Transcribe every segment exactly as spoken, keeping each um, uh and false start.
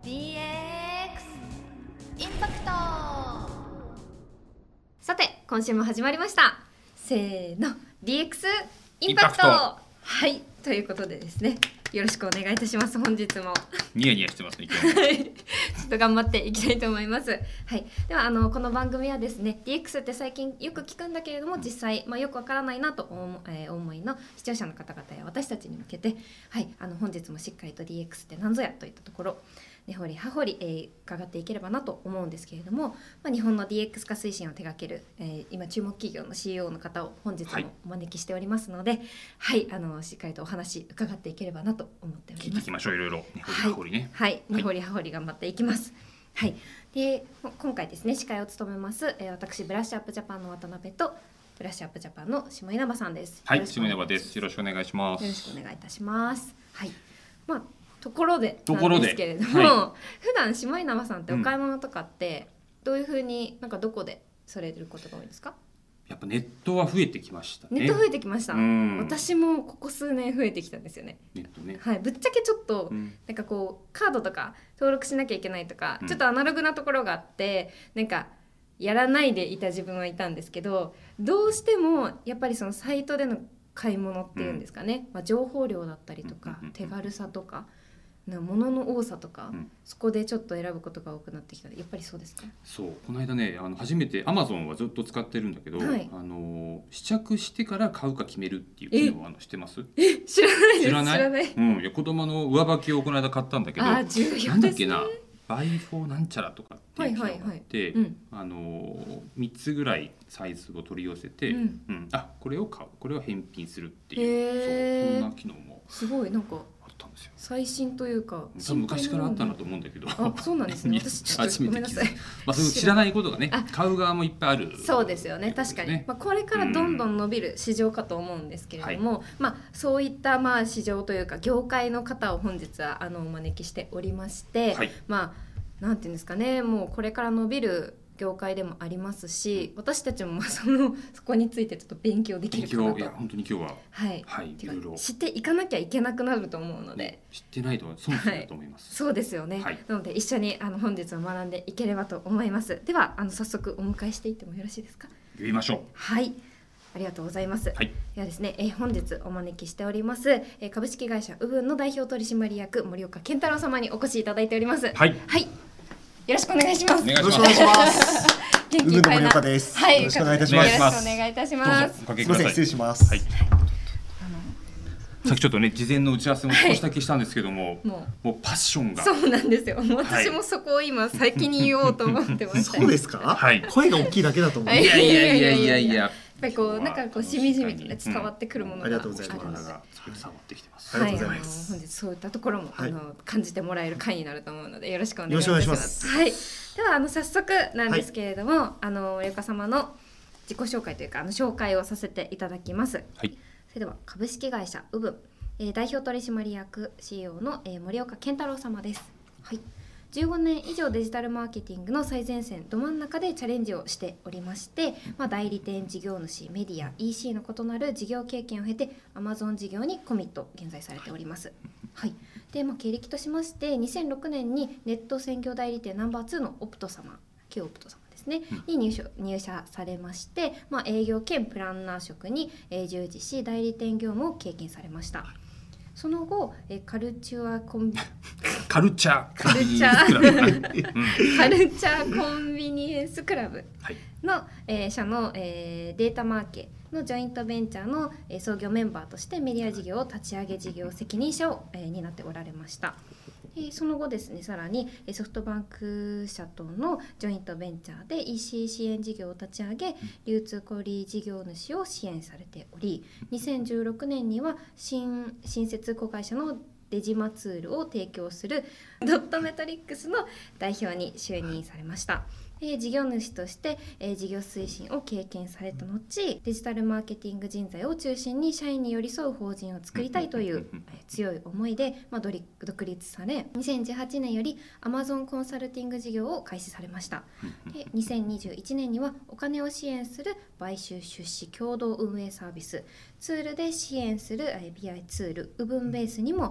ディーエックス インパクト。さて今週も始まりました。せーの ディーエックス インパクト。はい、ということでですね、よろしくお願いいたします。本日もニヤニヤしてますね今日もちょっと頑張っていきたいと思います。はい、ではあのこの番組はですね ディーエックス って最近よく聞くんだけれども実際、まあ、よくわからないなとお思、えー、お思いの視聴者の方々や私たちに向けて、はい、あの本日もしっかりと ディーエックス って何ぞやといったところ根掘り葉掘り、えー、伺っていければなと思うんですけれども、まあ、日本の ディーエックス 化推進を手掛ける、えー、今注目企業の シーイーオー の方を本日もお招きしておりますので、はい、はい、あのしっかりとお話伺っていければなと思っております。 聞いていきましょう。いろいろ根掘り葉掘りね。 はい、はい、根掘り葉掘り頑張っていきます。はい、で今回ですね司会を務めます、えー、私ブラッシュアップジャパンの渡辺とブラッシュアップジャパンの下稲葉さんです。 はい、下稲葉です。よろしくお願いします。 よろしくお願いいたします。はい、まあところでなんですけれども、はい、普段下稲葉さんってお買い物とかってどういう風になんかどこでされることが多いですか？ やっぱネットは増えてきましたね。 ネット増えてきました。私もここ数年増えてきたんですよね。 ネットね。 はい、ぶっちゃけちょっと、うん、なんかこうカードとか登録しなきゃいけないとか、うん、ちょっとアナログなところがあってなんかやらないでいた自分はいたんですけど、どうしてもやっぱりそのサイトでの買い物っていうんですかね、うん、まあ、情報量だったりとか、うん、手軽さとか物の多さとか、うん、そこでちょっと選ぶことが多くなってきた。やっぱりそうですか？そう、 この間ねあの初めて Amazon はずっと使ってるんだけど、はい、あの試着してから買うか決めるっていう機能をあの知ってます？ え、知らないです。 知らない？ 知らない。 うん、いや子供の上履きをこの間買ったんだけど、 あ、重要ですね。 なんだっけな、バイフォーなんちゃらとかっていう機能があって、はいはいはい、うん、あのみっつぐらいサイズを取り寄せて、うんうん、あこれを買う、これを返品するっていう、そう、そんな機能もすごいなんか最新というか多分昔からあったなと思うんだけど、 あ、そうなんですね。私ちょっとごめんなさい。 まあ、その知らないことがね、買う側もいっぱいある、ね。 そうですよね、確かに、まあ、これからどんどん伸びる市場かと思うんですけれども、うん、まあ、そういったまあ市場というか業界の方を本日はあのお招きしておりまして、はい、まあなんていうんですかね、もうこれから伸びる業界でもありますし、私たちもそのそこについてちょっと勉強できるかなと。 いや本当に今日は、 はいはい、いろいろ知っていかなきゃいけなくなると思うので、ね、 知ってないと損すると思います、 はい、そうですよね、はい、なので一緒にあの本日は学んでいければと思います。ではあの早速お迎えしていってもよろしいですか？ 言いましょう。 はい、ありがとうございます。はい、ではですね、え本日お招きしております、え株式会社ウブンの代表取締役森岡健太郎様にお越しいただいております。はい、はい、よろしくお願いします。 よろしくお願いしますウブンの森岡です。 はい、 よろしくお願いいたします。 よろしくお願いいたします。 すみません、失礼します。はい、 さっきちょっとね事前の打ち合わせも少しだけしたんですけども、はい、もう、もうパッションが。 そうなんですよ。私もそこを今先に言おうと思ってました。 そうですか？はい。声が大きいだけだと思う。いやいやいやいやいや。やっぱりこうなんかこうしみじみとね伝わってくるものが、うん、 ありがとうございます。 伝わってきてます。 はい、あの本日そういったところも、はい、あの感じてもらえる回になると思うのでよろしくお願いいたします。はい。ではあの早速なんですけれども、はい、あの森岡様の自己紹介というかあの紹介をさせていただきます。はい。それでは株式会社ウブン、えー、代表取締役 シーイーオー の、えー、森岡健太郎様です。はい。じゅうごねん以上デジタルマーケティングの最前線ど真ん中でチャレンジをしておりまして、まあ、代理店事業主メディア イーシー の異なる事業経験を経て Amazon 事業にコミット現在されております。はい。で、まあ、経歴としましてにせんろくねんにネット専業代理店ナンバーツーのオプト様、旧オプト様ですね、うん、に入社、入社されまして、まあ、営業兼プランナー職に、えー、従事し代理店業務を経験されました。その後、えカルチュアコンビカルチャーカルチャーカルチャーコンビニエンスクラブの、はい、えー、社の、えー、データマーケのジョイントベンチャーの、えー、創業メンバーとしてメディア事業を立ち上げ事業責任者を、えー、担っておられました。その後ですね、さらにソフトバンク社とのジョイントベンチャーで イーシー 支援事業を立ち上げ流通小売事業主を支援されており、にせんじゅうろくねんには 新, 新設子会社のデジマツールを提供するドットメトリックスの代表に就任されました。えー、事業主として、えー、事業推進を経験された後、デジタルマーケティング人材を中心に社員に寄り添う法人を作りたいという、えー、強い思いで、まあ、独立され、にせんじゅうはちねんより Amazon コンサルティング事業を開始されました。でにせんにじゅういちねんにはお金を支援する買収出資共同運営サービスツールで支援する ビーアイ ツールウブンベースにも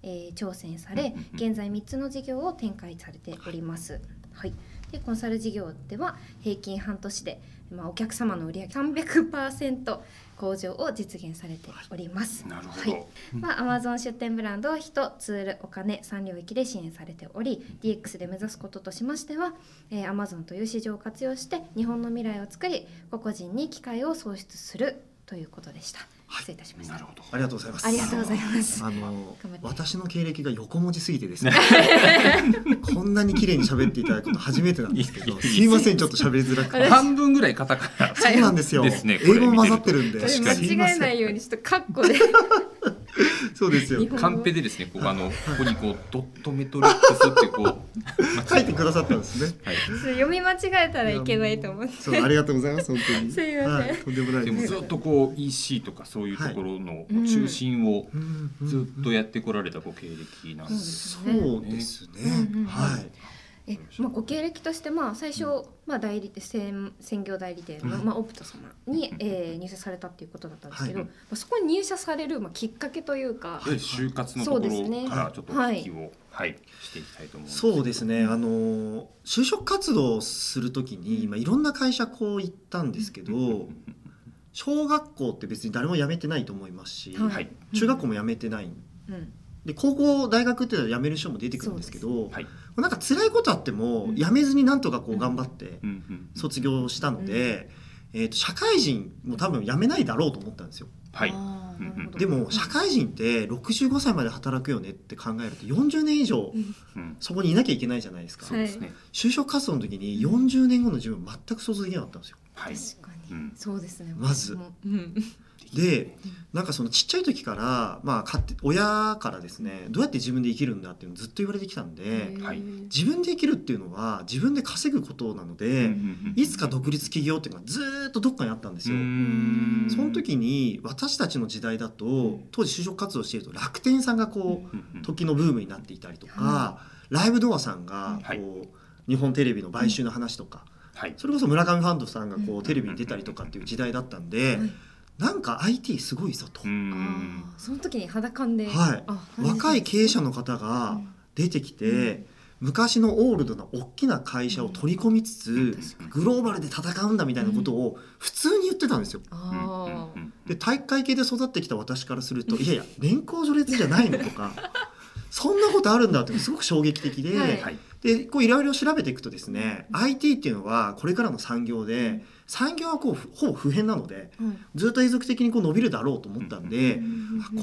えー、挑戦され、現在みっつの事業を展開されております。はい、でコンサル事業では平均半年で、まあ、お客様の売上 さんびゃくパーセント 向上を実現されております。 なるほど。はい、 まあ、Amazon 出店ブランドは人、ツール、お金さん領域で支援されており、 ディーエックス で目指すこととしましては、えー、Amazon という市場を活用して日本の未来を作り、個々人に機会を創出するということでした。失礼いたしました。 なるほど。ありがとうございます。 ありがとうございます。 あの私の経歴が横文字すぎてですねこんなに綺麗に喋っていただくこと初めてなんですけど、すいません、ちょっと喋りづらくて。 半分ぐらいカタカナ。 そうなんですよ。 ですね、 英語も混ざってるんで。 間違えないようにちょっとカッコでそうですよ。 カンペでですね、こうあのここにこうドットメトリックスってこう書いてくださったんですね。 はい、読み間違えたらいけないと思って。 そう、ありがとうございます。本当に。 すいません。はい、 とんでもないです。 でもずっとこう イーシー とかそういうところの中心をずっとやってこられたご経歴なんです。 そうですね。はい。 えまあ、ご経歴として、まあ、最初、うんまあ、代理専専業代理店の、まあ、オプト様に、えー、入社されたっていうことだったんですけど、はいまあ、そこに入社される、まあ、きっかけというか、 就活のところからちょっとお聞きを、はいはい、していきたいと思うんですけど。 そうですね、あの就職活動をするときに、まあ、いろんな会社こう行ったんですけど、小学校って別に誰も辞めてないと思いますし、はい、中学校も辞めてない、うんで高校大学っていうのは辞める人も出てくるんですけど、はい、なんか辛いことあっても辞めずになんとかこう頑張って卒業したので、えー、と社会人も多分辞めないだろうと思ったんですよ。はい、でも社会人ってろくじゅうごさいまで働くよねって考えるとよんじゅうねん以上そこにいなきゃいけないじゃないですか。そうですね、就職活動の時によんじゅうねんごの自分全く想像できなかったんですよ。 はい、確かに、うん、そうですね。 まず、うんでなんかそのちっちゃい時から、まあ、買って親からですね、どうやって自分で生きるんだっていうのをずっと言われてきたんで、自分で生きるっていうのは自分で稼ぐことなので、いつか独立起業っていうのがずっとどっかにあったんですよ。その時に私たちの時代だと当時就職活動していると楽天さんがこう時のブームになっていたりとか、ライブドアさんがこう日本テレビの買収の話とか、それこそ村上ファンドさんがこうテレビに出たりとかっていう時代だったんで、なんか アイティー すごいぞと。 あその時に肌感で、 はい、若い経営者の方が出てきて、うん、昔のオールドな大きな会社を取り込みつつ、うん、グローバルで戦うんだみたいなことを普通に言ってたんですよ。うん、で体育会系で育ってきた私からすると、いやいや年功序列じゃないのとかそんなことあるんだってすごく衝撃的で、はい、でこういろいろ調べていくとですね、アイティー っていうのはこれからの産業で、産業はこうほぼ不変なので、うん、ずっと永続的にこう伸びるだろうと思ったんで、うん、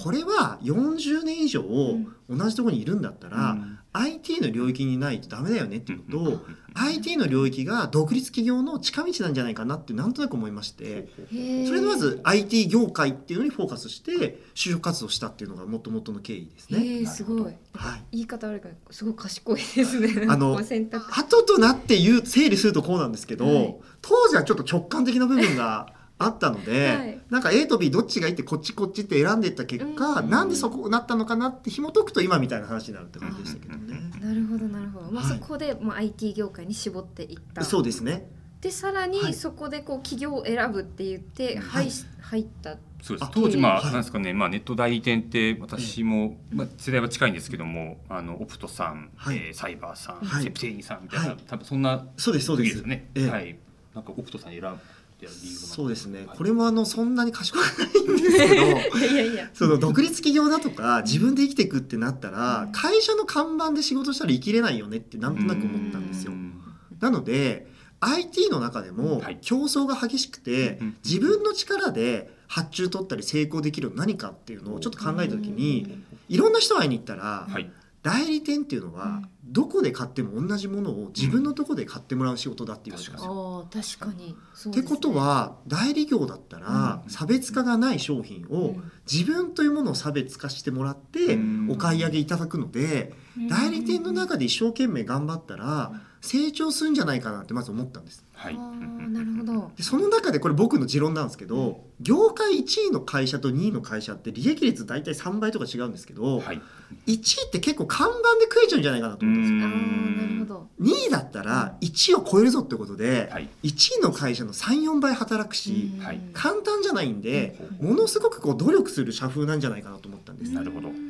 これはよんじゅうねん以上同じところにいるんだったら、うん、アイティー の領域にないとダメだよねっていうのと、うん、アイティー の領域が独立企業の近道なんじゃないかなってなんとなく思いまして、それでまず アイティー 業界っていうのにフォーカスして就職活動したっていうのがもともとの経緯ですね。 へーすごい、はい、言い方悪いからすごい賢いですね。 あの後となって言う整理するとこうなんですけど、はい、当時はちょっと直感的な部分があったので、はい、なんか A と B どっちがいいってこっちこっちって選んでいった結果、うん、なんでそこなったのかなって紐解くと今みたいな話になるって感じでしたけどね。 なるほどなるほど、まあ、そこでもう アイティー 業界に絞っていった。 そうですね。 でさらにそこでこう企業を選ぶって言って、はい、入った。 そうです当時まあ、はい、なんですかね、まあ、ネット代理店って私も、まあ、世代は近いんですけども、あのオプトさん、はいえー、サイバーさん、はい、セプテイニさんみたいな、はい、多分そんなそうですそうですね、えー、はい、なんかオプトさんに選ぶそうですね、はい、これもあのそんなに賢くないんですけどいやいやその独立企業だとか自分で生きていくってなったら、うん、会社の看板で仕事したら生きれないよねってなんとなく思ったんですよ。なので アイティー の中でも競争が激しくて、はい、自分の力で発注取ったり成功できる何かっていうのをちょっと考えた時に、いろんな人会いに行ったら、はい、代理店っていうのはどこで買っても同じものを自分のとこで買ってもらう仕事だって言われたんですよ。 あ確かにそうですね。ってことは代理業だったら差別化がない商品を自分というものを差別化してもらってお買い上げいただくので、代理店の中で一生懸命頑張ったら成長するんじゃないかなってまず思ったんです。 はい、あなるほど。 でその中でこれ僕の持論なんですけど、業界いちいの会社とにいの会社って利益率大体さんばいとか違うんですけど、はい、いちいって結構看板で食えちゃうんじゃないかなと思ったんですよ。 あなるほど。 にいだったらいちいを超えるぞってことで、はい、いちいの会社の さん,よん 倍働くし、簡単じゃないんで、ものすごくこう努力する社風なんじゃないかなと思ったんです。 なるほど。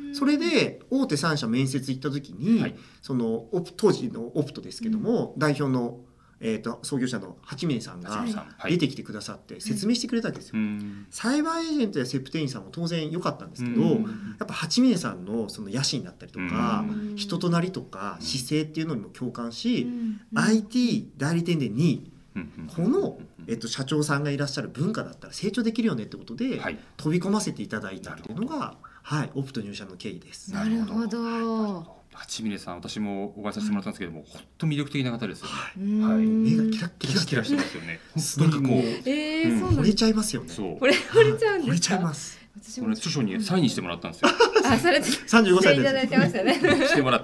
それで大手さん社面接行った時に、はい、そのオプ当時のオプトですけども、うん、代表のえー、と創業者の八峰さんが出てきてくださって説明してくれたんですよ、はい、サイバーエージェントやセプテインさんも当然良かったんですけど、やっぱ八峰さんのその野心だったりとか人となりとか姿勢っていうのにも共感し、 アイティー 代理店でにいこの、えっと、社長さんがいらっしゃる文化だったら成長できるよねってことで、はい、飛び込ませていただいたっていうのが、はい、オプト入社の経緯です。 なるほど。 八峰さん、私もお会いさせてもらったんですけども、本当魅力的な方ですよね。 はい、目がキラッキラキラしてますよね。本当にもう、 えー、そう惚れちゃいますよね。 そう、惚れ惚れちゃうんですか。 惚れちゃいます。 これ著書にサインしてもらったんですよ。 あ、それ三十五歳でいただいてましたね。 してもらって。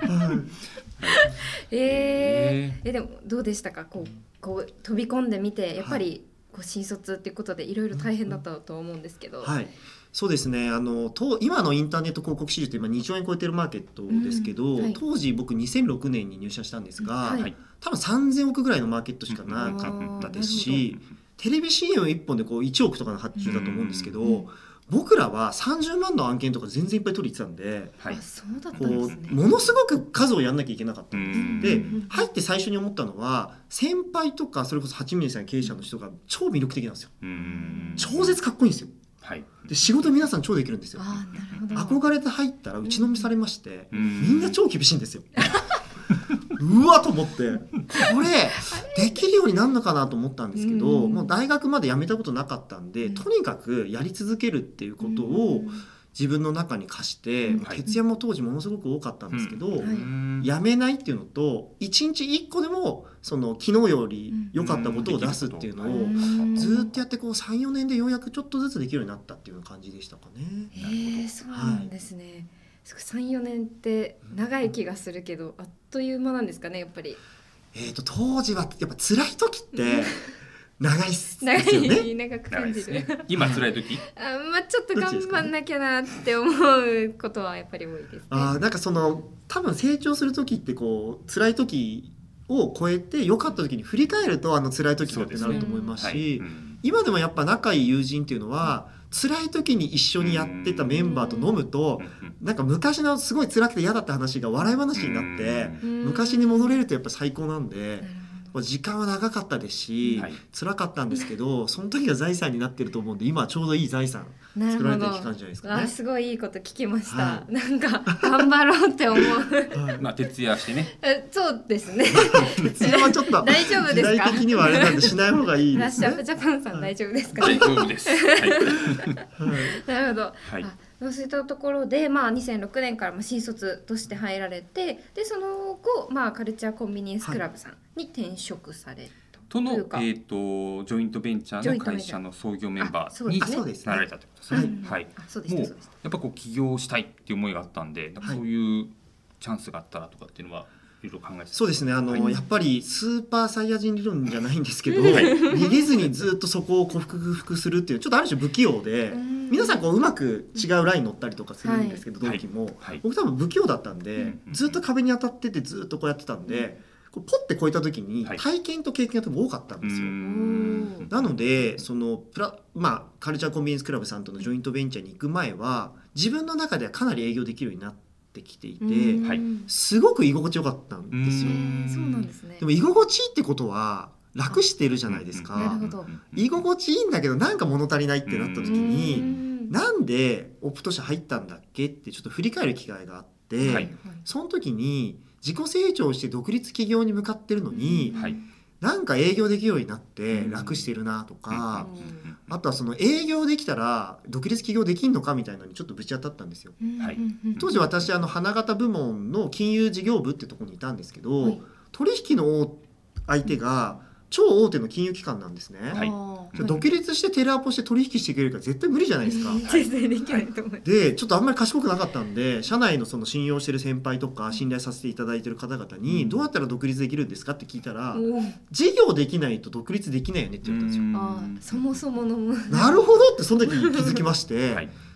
えー、えでもどうでしたか。こうこう飛び込んでみてやっぱりこう新卒っていうことでいろいろ大変だったと思うんですけど。 はい。そうですね、あのと今のインターネット広告市場って今にちょうえん超えてるマーケットですけど、うんはい、当時僕にせんろくねんに入社したんですが、はい、多分さんぜんおくぐらいのマーケットしかなかったですし、テレビ シーエムいっぽんでこういちおくとかの発注だと思うんですけど、うん、僕らはさんじゅうまんの案件とか全然いっぱい取りに行ってたんで、 はい、そうだったんですね。 ものすごく数をやんなきゃいけなかったんです。で入って最初に思ったのは先輩とかそれこそ八峰さん経営者の人が超魅力的なんですよ。超絶かっこいいんですよ。はい、で仕事皆さん超できるんですよ。 あ、なるほど。 憧れて入ったら打ちのめされまして、うん、みんな超厳しいんですよ。うわと思ってこれできるようになるのかなと思ったんですけど、もう大学まで辞めたことなかったんで、とにかくやり続けるっていうことを自分の中に課して、徹夜も当時ものすごく多かったんですけど、辞めないっていうのといちにちいっこでもその昨日より良かったことを出すっていうのをずっとやってこう さんよねんでようやくちょっとずつできるようになったっていう感じでしたかね。 へえ、そうなんですね。はい、さんよねんって長い気がするけど、あっという間なんですかね、やっぱり。 えーと当時はやっぱ辛い時って長いっすよね。 長く感じる、ね、 今辛い時あ、まあ、ちょっと頑張んなきゃなって思うことはやっぱり多いですね。 あ、なんかその多分成長する時ってこう辛い時を超えて良かった時に振り返るとあの辛い時ってなると思いますし、うんはいうん、今でもやっぱ仲いい友人っていうのは辛い時に一緒にやってたメンバーと飲むとなんか昔のすごい辛くて嫌だった話が笑い話になって昔に戻れるとやっぱ最高なんで、時間は長かったですし、はい、辛かったんですけどその時が財産になってると思うんで今はちょうどいい財産作られてる期間じゃないですかね。 あ、すごいいいこと聞きました、はい、なんか頑張ろうって思う、 はい、まあ徹夜してねそうですね徹夜はちょっと大丈夫ですか。 時代的にはあれなんでしない方がいいですね。 ラッシュアップジャパンさん大丈夫ですか。 大丈夫です、はい、 なるほど、はい、そういったところで、まあ、にせんろくねんから新卒として入られて、でその後、まあ、カルチャーコンビニエンスクラブさんに転職されたとの、えー、とジョイントベンチャーの会社の創業メンバーになられたということですね。はい、もうやっぱこう起業したいっていう思いがあったんで、なんかそういうチャンスがあったらとかっていうのはいろいろ考えて。 そうですね、あの、はい、やっぱりスーパーサイヤ人理論じゃないんですけど、はい、逃げずにずっとそこを克服するっていうちょっとある種不器用で、皆さんこううまく違うライン乗ったりとかするんですけど、はい、同期も、はい、僕多分不器用だったんで、ずっと壁に当たっててずっとこうやってたんで、こうポッて超えた時に体験と経験が多分多かったんですよ。はい、なのでそのプラ、まあ、カルチャーコンビニエンスクラブさんとのジョイントベンチャーに行く前は自分の中ではかなり営業できるようになってきていて、すごく居心地よかったんですよ。 そうなんですね。 でも居心地いいってことは楽してるじゃないですか。 なるほど。 居心地いいんだけどなんか物足りないってなった時になんでオプト社入ったんだっけってちょっと振り返る機会があって、はい、その時に自己成長して独立起業に向かってるのに、はい、なんか営業できるようになって楽してるなとか、うん、あとはその営業できたら独立起業できんのかみたいなのにちょっとぶち当たったんですよ。はい、当時私あの花形部門の金融事業部ってところにいたんですけど、はい、取引の相手が超大手の金融機関なんですね。はい、独立してテレアポして取引してくれるから絶対無理じゃないですか。 全然できないと思います。 でちょっとあんまり賢くなかったんで社内のその信用してる先輩とか信頼させていただいてる方々にどうやったら独立できるんですかって聞いたら、うん、事業できないと独立できないよねって言ったんですよ。 あ、そもそものなるほどってその時気づきまして、はい、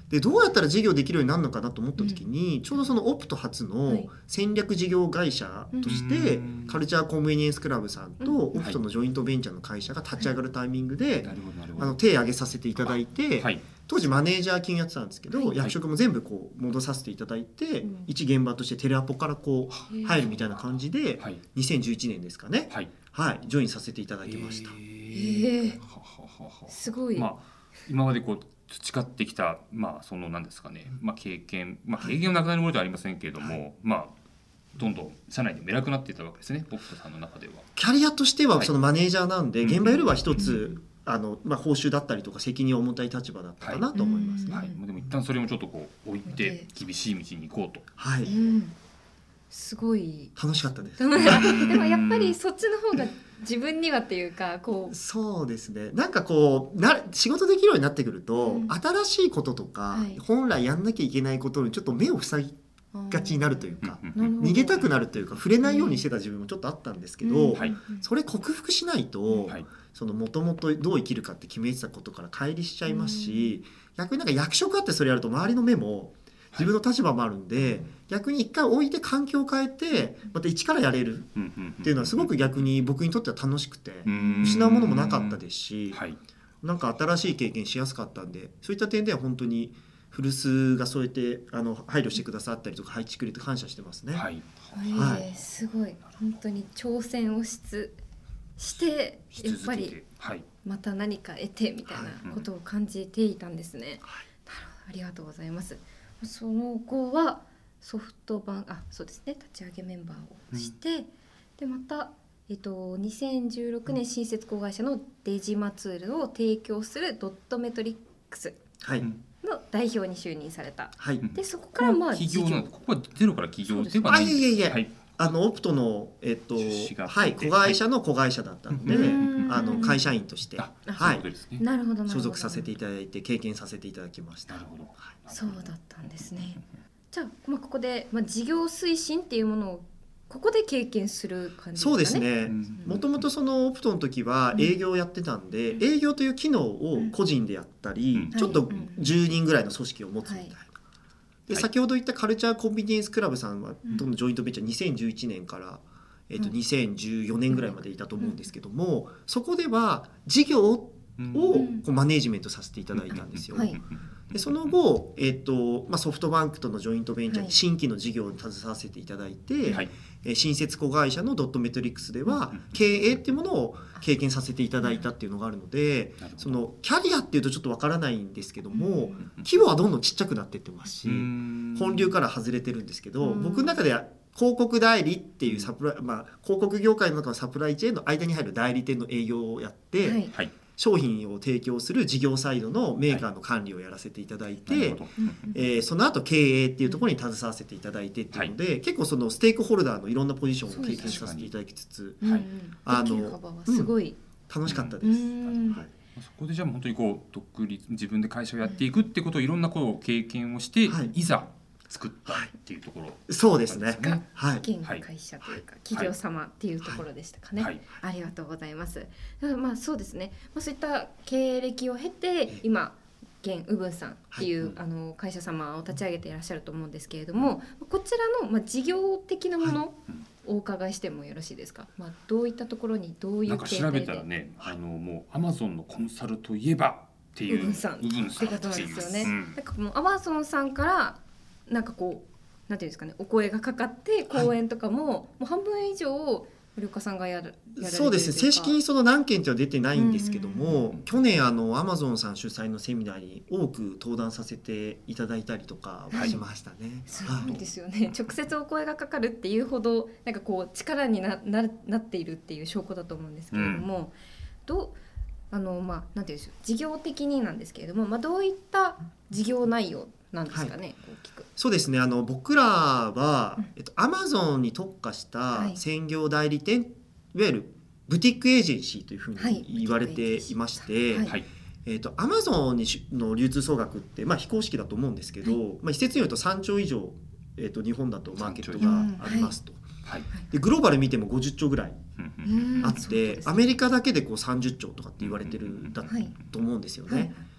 でどうやったら事業できるようになるのかなと思った時に、うん、ちょうどそのオプト初の戦略事業会社として、はい、カルチャーコンビニエンスクラブさんとオプトのジョイントベンチャーの会社が立ち上がるタイミングで、はい、あの手を挙げさせていただいて、はい、当時マネージャー金やってたんですけど、はい、役職も全部こう戻させていただいて、はい、一現場としてテレアポからこう入るみたいな感じで、はい、にせんじゅういちねんですかね、はいはい、ジョインさせていただきました。えー、すごい、 まあ、今までこう培ってきた、まあ、その何ですかね、まあ、経験、まあ、経験はなくなるものではありませんけれども、はい、まあどんどん社内でも偉くなっていたわけですね、オプトさんの中では。 キャリアとしてはそのマネージャーなんで、はい、現場よりは一つ、うん、あのまあ、報酬だったりとか責任を重たい立場だったかなと思いますね。 はいはい、でも一旦それもちょっとこう置いて厳しい道に行こうと。 はい、うん、すごい楽しかったです。 でもやっぱりそっちの方が自分にはっていうかこうそうですね、なんかこうな仕事できるようになってくると、うん、新しいこととか、はい、本来やんなきゃいけないことにちょっと目を塞ぎがちになるというか、逃げたくなるというか触れないようにしてた自分もちょっとあったんですけど、うんはい、それ克服しないと、うんはい、その元々どう生きるかって決めてたことから乖離しちゃいますし、うん、逆になんか役職あってそれやると周りの目も自分の立場もあるんで、はい、逆に一回置いて環境を変えてまた一からやれるっていうのはすごく逆に僕にとっては楽しくて、失うものもなかったですし、はい、なんか新しい経験しやすかったんで、そういった点では本当に古巣がそうやってあの配慮してくださったりとか配置してくれて感謝してますね。 はいはい、すごい本当に挑戦をしつしてやっぱりまた何か得てみたいなことを感じていたんですね。はい、なるほど、ありがとうございます。その後はソフトバンクあそうですね立ち上げメンバーをして、うん、でまた、えっと、にせんじゅうろくねん新設子会社のデジマツールを提供するドットメトリックスの代表に就任された、はい、でそこからまあ企業なんここはゼロから企業ではないんですか。 いやいやいや、はい、あのオプトの、えっとはい、子会社の子会社だったので、あの会社員として、はい、 なるほど所属させていただいて経験させていただきました。 なるほど、 はい、 そうだったんですね。じゃあ、まあ、ここで、まあ、事業推進っていうものをここで経験する感じですかね。 そうですね。もともとそのオプトの時は営業をやってたんで、うん、営業という機能を個人でやったり、うん、ちょっとじゅうにんぐらいの組織を持つみたいな。はいではい、先ほど言ったカルチャーコンビニエンスクラブさんはどんどんジョイントベンチャーにせんじゅういちねんから、えー、とにせんじゅうよねんぐらいまでいたと思うんですけども、そこでは事業をこうマネージメントさせていただいたんですよ。はい、でその後、えーとまあ、ソフトバンクとのジョイントベンチャーに新規の事業を携わせていただいて、はい、えー、新設子会社のドットメトリックスでは経営っていうものを経験させていただいたっていうのがあるので、そのキャリアっていうとちょっとわからないんですけども、規模はどんどんちっちゃくなっていってますし、本流から外れてるんですけど、僕の中では広告代理っていうサプライ、まあ、広告業界の中のサプライチェーンの間に入る代理店の営業をやって、はい、商品を提供する事業サイドのメーカーの管理をやらせていただいて、はい、えー、その後経営っていうところに携わせていただいてっていうので、はい、結構そのステークホルダーのいろんなポジションを経験させていただきつつ、はい、 あのすごい、 うん、楽しかったです。はい、 そこでじゃあ本当にこう独立自分で会社をやっていくってことをいろんなことを経験をして、はい、いざ作ったっていうところ、ね、 はい、そうですね。 はい、現会社というか、はい、企業様っていうところでしたかね。はい、ありがとうございます。まあそうですね。まあ、そういった経歴を経て今現ウブンさんっていう、はい、あの会社様を立ち上げていらっしゃると思うんですけれども、こちらのまあ事業的なものをお伺いしてもよろしいですか。まあどういったところにどういうなんか調べたらね、あのもうアマゾンのコンサルといえばっていうウブンさんって方なんですよね。うん、なんかもうアマゾンさんからなんかこうなんていうんですかね、お声がかかって講演とかも、はい、もう半分以上森岡さんがやるやられてるというか。 そうですね、正式にその何件っては出てないんですけども、うんうん、去年あのアマゾンさん主催のセミナーに多く登壇させていただいたりとかしましたね。はい、 すごいですよね。直接お声がかかるっていうほどなんかこう力に な, な, なっているっていう証拠だと思うんですけれども、うん、どうあのまあなんていうんでしょう、事業的になんですけれども、まあどういった事業内容なんですかね。はい、大きくそうですね、あの僕らは、えっと、Amazon に特化した専業代理店、はい、いわゆるブティックエージェンシーというふうに言われていまして、はいはい、えっと、Amazon の流通総額って、まあ、非公式だと思うんですけど、はい、まあ、一説によるとさんちょう以上、えっと、日本だとマーケットがありますと。はい、でグローバル見てもごじゅっちょうぐらいあって、アメリカだけでこうさんじゅっちょうとかって言われてるんだと思うんですよね。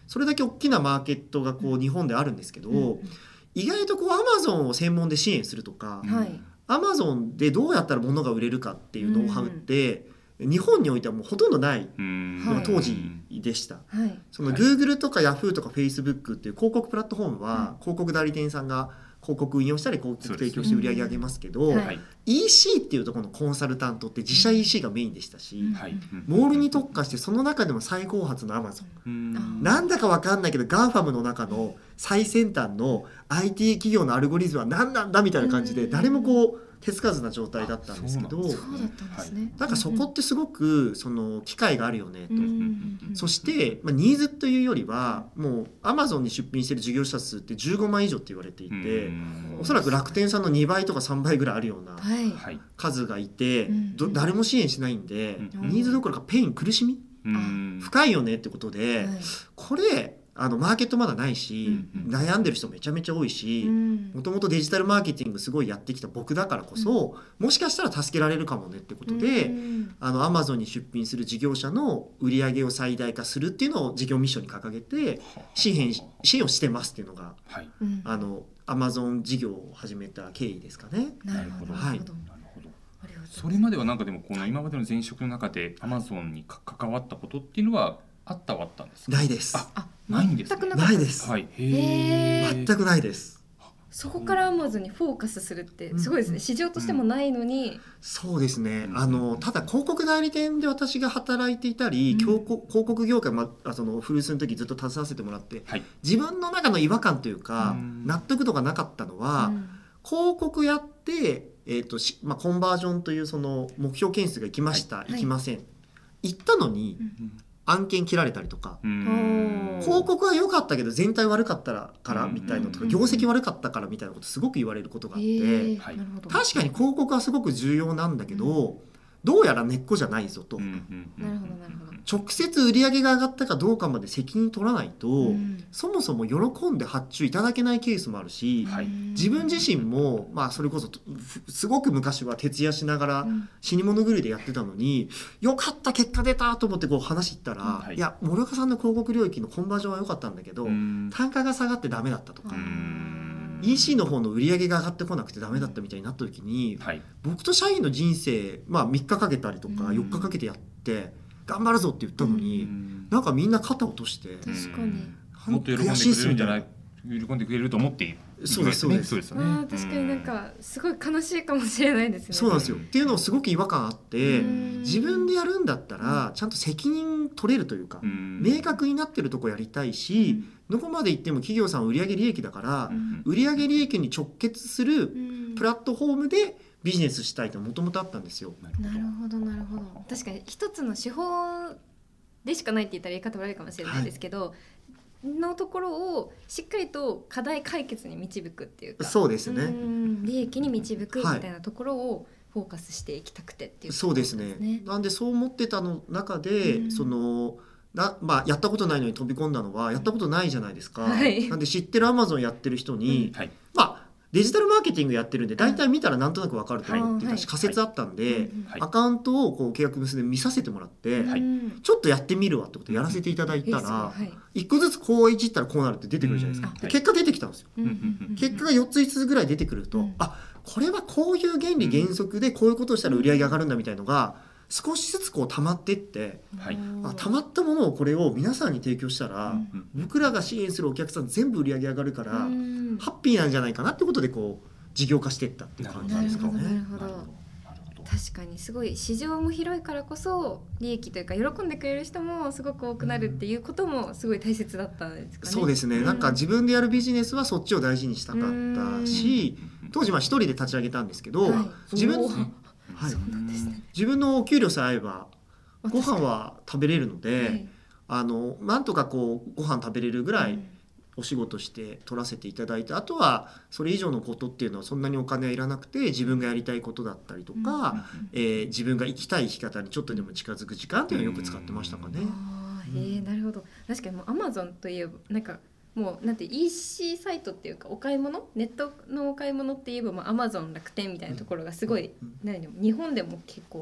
それだけ大きなマーケットがこう日本であるんですけど、うん、意外とこうアマゾンを専門で支援するとか、アマゾンでどうやったら物が売れるかっていうノウハウって、うん、日本においてはもうほとんどないのが当時でした、はい、その Google とか Yahoo とか Facebook っていう広告プラットフォームは広告代理店さんが広告運用したり広告提供して売り上げ上げますけど、はい、イーシー っていうところのコンサルタントって自社 イーシー がメインでしたし、はい、モールに特化してその中でも最高発の Amazon、うん、なんだか分かんないけど ガーファム の中の最先端の アイティー 企業のアルゴリズムは何なんだみたいな感じで誰もこう手つかずな状態だったんですけど、なんかそこってすごくその機会があるよねと、うん、そして、まあ、ニーズというよりはもう Amazon に出品している事業者数ってじゅうごまん以上って言われていて、おそらく楽天さんのにばいとかさんばいぐらいあるような数がいて、ど誰も支援しないんで、ニーズどころかペイン苦しみ、深いよねってことで、これあのマーケットまだないし、うんうん、悩んでる人めちゃめちゃ多いし、もともとデジタルマーケティングすごいやってきた僕だからこそ、うん、もしかしたら助けられるかもねってことで、うん、あの Amazon に出品する事業者の売り上げを最大化するっていうのを事業ミッションに掲げて支援、支援をしてますっていうのが、はい、あの Amazon 事業を始めた経緯ですかね。 なるほど、 はい、それまではなんかでもこの今までの前職の中で Amazon に関わったことっていうのはあったはあったんですか？ ないです。 あ、ないんですね。 ないです。 はい、 へー、全くないです。 そこからアマゾンにフォーカスするってすごいですね、うん、市場としてもないのに、うん、 そうですね、あのただ広告代理店で私が働いていたり、うん、広告業界、ま、そのフルースの時ずっと携わせてもらって、はい、自分の中の違和感というか、うん、納得度がなかったのは、うん、広告やって、えーとしまあ、コンバージョンというその目標件数がいきました、はい、いきません、はい、行ったのに、うん案件切られたりとか、広告は良かったけど全体悪かったからみたいなとか、業績悪かったからみたいなことすごく言われることがあって、確かに広告はすごく重要なんだけど、どうやら根っこじゃないぞと、直接売り上げが上がったかどうかまで責任取らないと、うん、そもそも喜んで発注いただけないケースもあるし、はい、自分自身も、まあ、それこそすごく昔は徹夜しながら死に物狂いでやってたのに、うん、よかった結果出たと思ってこう話いったら、うんはい、いや森岡さんの広告領域のコンバージョンは良かったんだけど、うん、単価が下がってダメだったとか、うん、イーシー の方の売り上げが上がってこなくてダメだったみたいになった時に、はい、僕と社員の人生、まあ、みっかかけたりとかよっかかけてやって頑張るぞって言ったのに、うん、なんかみんな肩落として、 確かにもっと喜んでくれるんじゃない、喜んでくれると思っている。 そうですそうです。 そうですよね。あ、確かになんかすごい悲しいかもしれないですね。 そうなんですよ。っていうのをすごく違和感あって、自分でやるんだったらちゃんと責任取れるというか、明確になってるとこやりたいし、どこまで行っても企業さん売上利益だから、売上利益に直結するプラットフォームでビジネスしたいともともとあったんですよ。 なるほどなるほど。確かに一つの手法でしかないって言ったら言い方悪いかもしれないですけど、はい、のところをしっかりと課題解決に導くっていうか、 そうですね、 利益に導くみたいなところをフォーカスしていきたくてっていう、 そうですね。なんでそう思ってたの中で、そのなまあ、やったことないのに飛び込んだのはやったことないじゃないですか、はい、なんで知ってる Amazon やってる人に、うんはい、まあデジタルマーケティングやってるんで大体見たらなんとなく分かると思ってたし、仮説あったんで、はい、アカウントをこう契約結んで見させてもらって、はい、ちょっとやってみるわってことやらせていただいたら、はい、いっこずつこういじったらこうなるって出てくるじゃないですか、で結果出てきたんですよ、結果がよっついつつぐらい出てくると、うん、あこれはこういう原理原則でこういうことをしたら売り上げ上がるんだみたいのが少しずつこう溜まっていって、はい、あ溜まったものをこれを皆さんに提供したら、うん、僕らが支援するお客さん全部売り上げ上がるから、うん、ハッピーなんじゃないかなってことでこう事業化していったって感じですかね。 なるほど、なるほど。確かにすごい市場も広いからこそ利益というか喜んでくれる人もすごく多くなるっていうこともすごい大切だったんですかね。 そうですね、うん、なんか自分でやるビジネスはそっちを大事にしたかったし、当時は一人で立ち上げたんですけど、はい、自分はい、そうなんですね。自分のお給料さえ合えばご飯は食べれるので、はい、あのなんとかこうご飯食べれるぐらいお仕事して取らせていただいて、あとはそれ以上のことっていうのはそんなにお金はいらなくて自分がやりたいことだったりとか、うんえー、自分が生きたい生き方にちょっとでも近づく時間っていうのをよく使ってましたかね。 あー、えー、なるほど。確かにもう Amazon といえばなんかもうなんて イーシー サイトっていうかお買い物ネットのお買い物って言えば、まあ、Amazon 楽天みたいなところがすごい、うん、何でも日本でも結構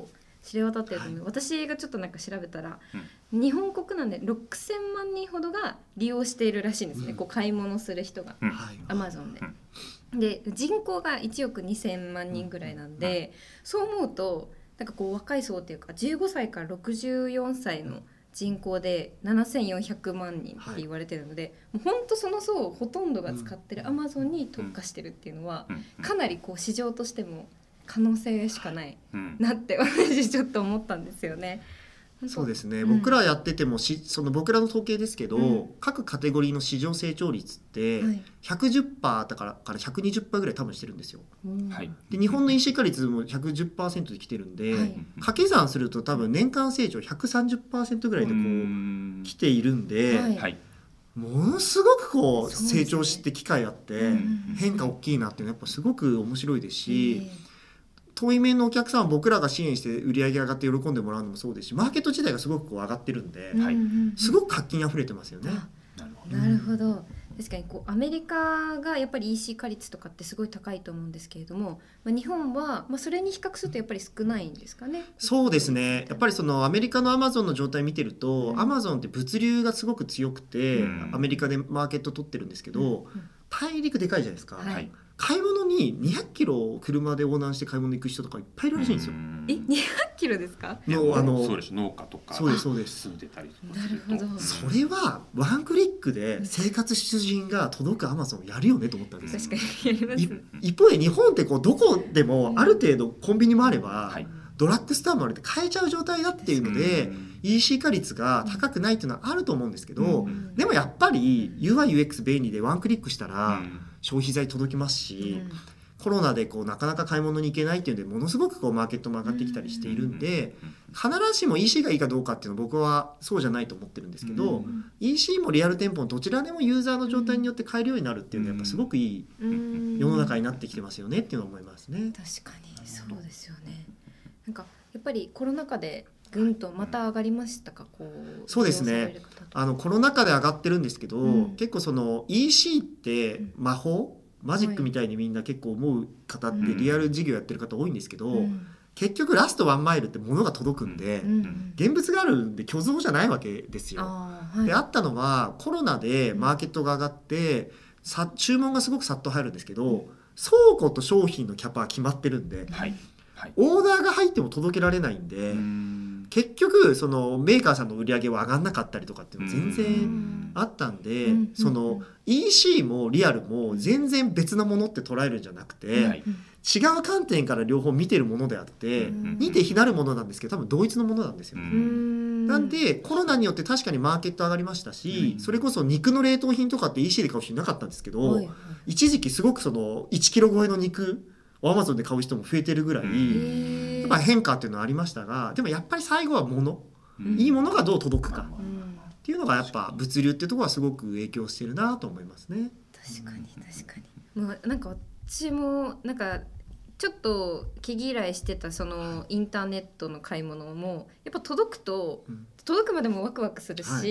知れ渡ってると思う、はい、私がちょっとなんか調べたら、うん、日本国内でろくせんまんにんほどが利用しているらしいんですね、うん、こう買い物する人が、うん、Amazon で、うん、で人口がいちおくにせんまんにんぐらいなんで、うん、そう思うとなんかこう若い層っていうかじゅうごさいからろくじゅうよんさいの人口でななせんよんひゃくまんにんって言われてるので、はい、もう本当その層ほとんどが使ってる Amazon に特化してるっていうのは、うん、かなりこう市場としても可能性しかないなって私ちょっと思ったんですよね。 そうですね、うん、僕らやっててもしその僕らの統計ですけど、うん、各カテゴリーの市場成長率ってひゃくじゅっパーセント からからひゃくにじゅっパーセントぐらい多分してるんですよ、うん、で日本の イーシー 化率も ひゃくじゅっパーセント で来てるんで、はい、掛け算すると多分年間成長 ひゃくさんじゅっパーセント ぐらいでこう来ているんで、はい、ものすごくこう成長して機会あって変化大きいなっていうのはやっぱすごく面白いですし、遠い面のお客さんは僕らが支援して売り上げ上がって喜んでもらうのもそうですし、マーケット自体がすごくこう上がってるんで、はい、すごく活気にあふれてますよね。 なるほど。確かにこうアメリカがやっぱり イーシー 化率とかってすごい高いと思うんですけれども、まあ、日本はまあそれに比較するとやっぱり少ないんですかね。 そうですね、やっぱりそのアメリカの Amazon の状態見てると、うん、Amazon って物流がすごく強くて、うん、アメリカでマーケット取ってるんですけど、うんうん、大陸でかいじゃないですか、はい、買い物ににひゃっキロ車で横断して買い物行く人とかいっぱいいるらしいんですよ。 え、にひゃっキロですか？ のあのそうです、農家とかそうですそうです住んでたりとかすると、なるほど。 それはワンクリックで生活必需品が届くアマゾンをやるよねと思ったんです。 確かにやります、ね、 一方で日本ってこうどこでもある程度コンビニもあれば、うん、ドラッグストアもあるって買えちゃう状態だっていうので、うん、イーシー 化率が高くないっていうのはあると思うんですけど、うん、でもやっぱり ユーアイユーエックス 便利でワンクリックしたら消費財届きますし、うん、コロナでこうなかなか買い物に行けないっていうのでものすごくこうマーケットも上がってきたりしているんで、必ずしも イーシー がいいかどうかっていうのは僕はそうじゃないと思ってるんですけど、うん、イーシー もリアル店舗もどちらでもユーザーの状態によって買えるようになるっていうのはやっぱすごくいい世の中になってきてますよねっていうのを思いますね。 確かにそうですよね。なんかやっぱりコロナ禍でぐんとまた上がりましたか？こうそうですね、あのコロナ禍で上がってるんですけど、うん、結構その イーシー って魔法、うん、マジックみたいにみんな結構思う方ってリアル事業やってる方多いんですけど、うん、結局ラストワンマイルって物が届くんで、うん、現物があるんで虚像じゃないわけですよ。あ、はい、であったのはコロナでマーケットが上がってさ注文がすごくさっと入るんですけど、うん、倉庫と商品のキャパは決まってるんで、はいはい、オーダーが入っても届けられないんで、ん結局そのメーカーさんの売り上げは上がんなかったりとかっていうの全然あったんで、んその イーシー もリアルも全然別なものって捉えるんじゃなくて、はい、違う観点から両方見てるものであって似て非なるものなんですけど多分同一のものなんですよね。んなんでコロナによって確かにマーケット上がりましたし、それこそ肉の冷凍品とかって イーシー で買う人いなかったんですけど、はい、一時期すごくそのいちキロ超えの肉アマゾンで買う人も増えてるぐらいやっぱ変化っていうのはありましたが、でもやっぱり最後は物、うん、いいものがどう届くかっていうのがやっぱ物流っていうところはすごく影響してるなと思いますね。 確かに確かに、もうなんか私もなんかちょっと気嫌いしてたそのインターネットの買い物もやっぱ届くと、うん、届くまでもワクワクするし、はい、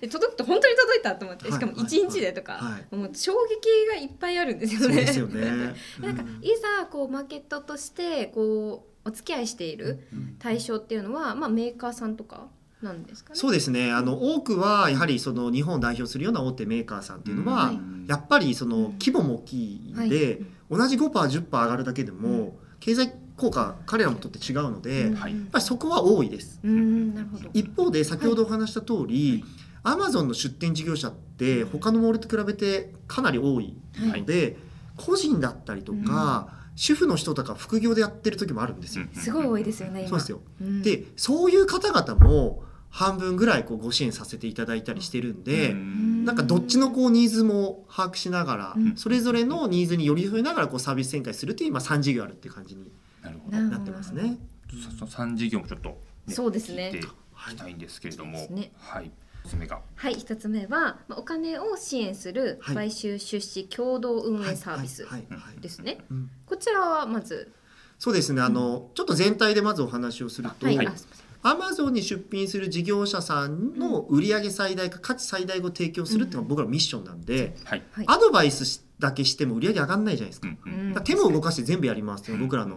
届くと本当に届いたと思って、しかもいちにちでとか、はいはい、もう衝撃がいっぱいあるんですよね。 そうですよねなんかいざこうマーケットとしてこうお付き合いしている対象っていうのは、まあ、メーカーさんとかなんですかね。 そうですね、あの多くはやはりその日本を代表するような大手メーカーさんっていうのは、うん、やっぱりその規模も大きいんで、うん同じ ごパーセント、じゅっパーセント 上がるだけでも、うん、経済効果彼らもとって違うので、うん、やっぱりそこは多いです、うん、なるほど。一方で先ほどお話した通り、はい、Amazon の出店事業者って他のモールと比べてかなり多いので、はい、個人だったりとか、うん、主婦の人とか副業でやってる時もあるんですよ。 すごい多いですよね今。 そうですよ、うん、でそういう方々も半分ぐらいこうご支援させていただいたりしてるんで、んなんかどっちのこうニーズも把握しながら、うん、それぞれのニーズに寄り添いながらこうサービス展開するという今さん事業あるっていう感じになってますね。 さん事業もちょっと、 ね、そうですね、 聞いていきたいんですけれども、ね、はい、ひとつめがはいひとつめはお金を支援する買収出資共同運営サービスですね。こちらはまずそうですね、あの、うん、ちょっと全体でまずお話をすると、はい、アマゾンに出品する事業者さんの売上最大化、価値最大を提供するっていうのが僕らのミッションなんで、うんはい、アドバイスだけしても売上上がんないじゃないですか、うん、だから手も動かして全部やりますっていうのが僕らの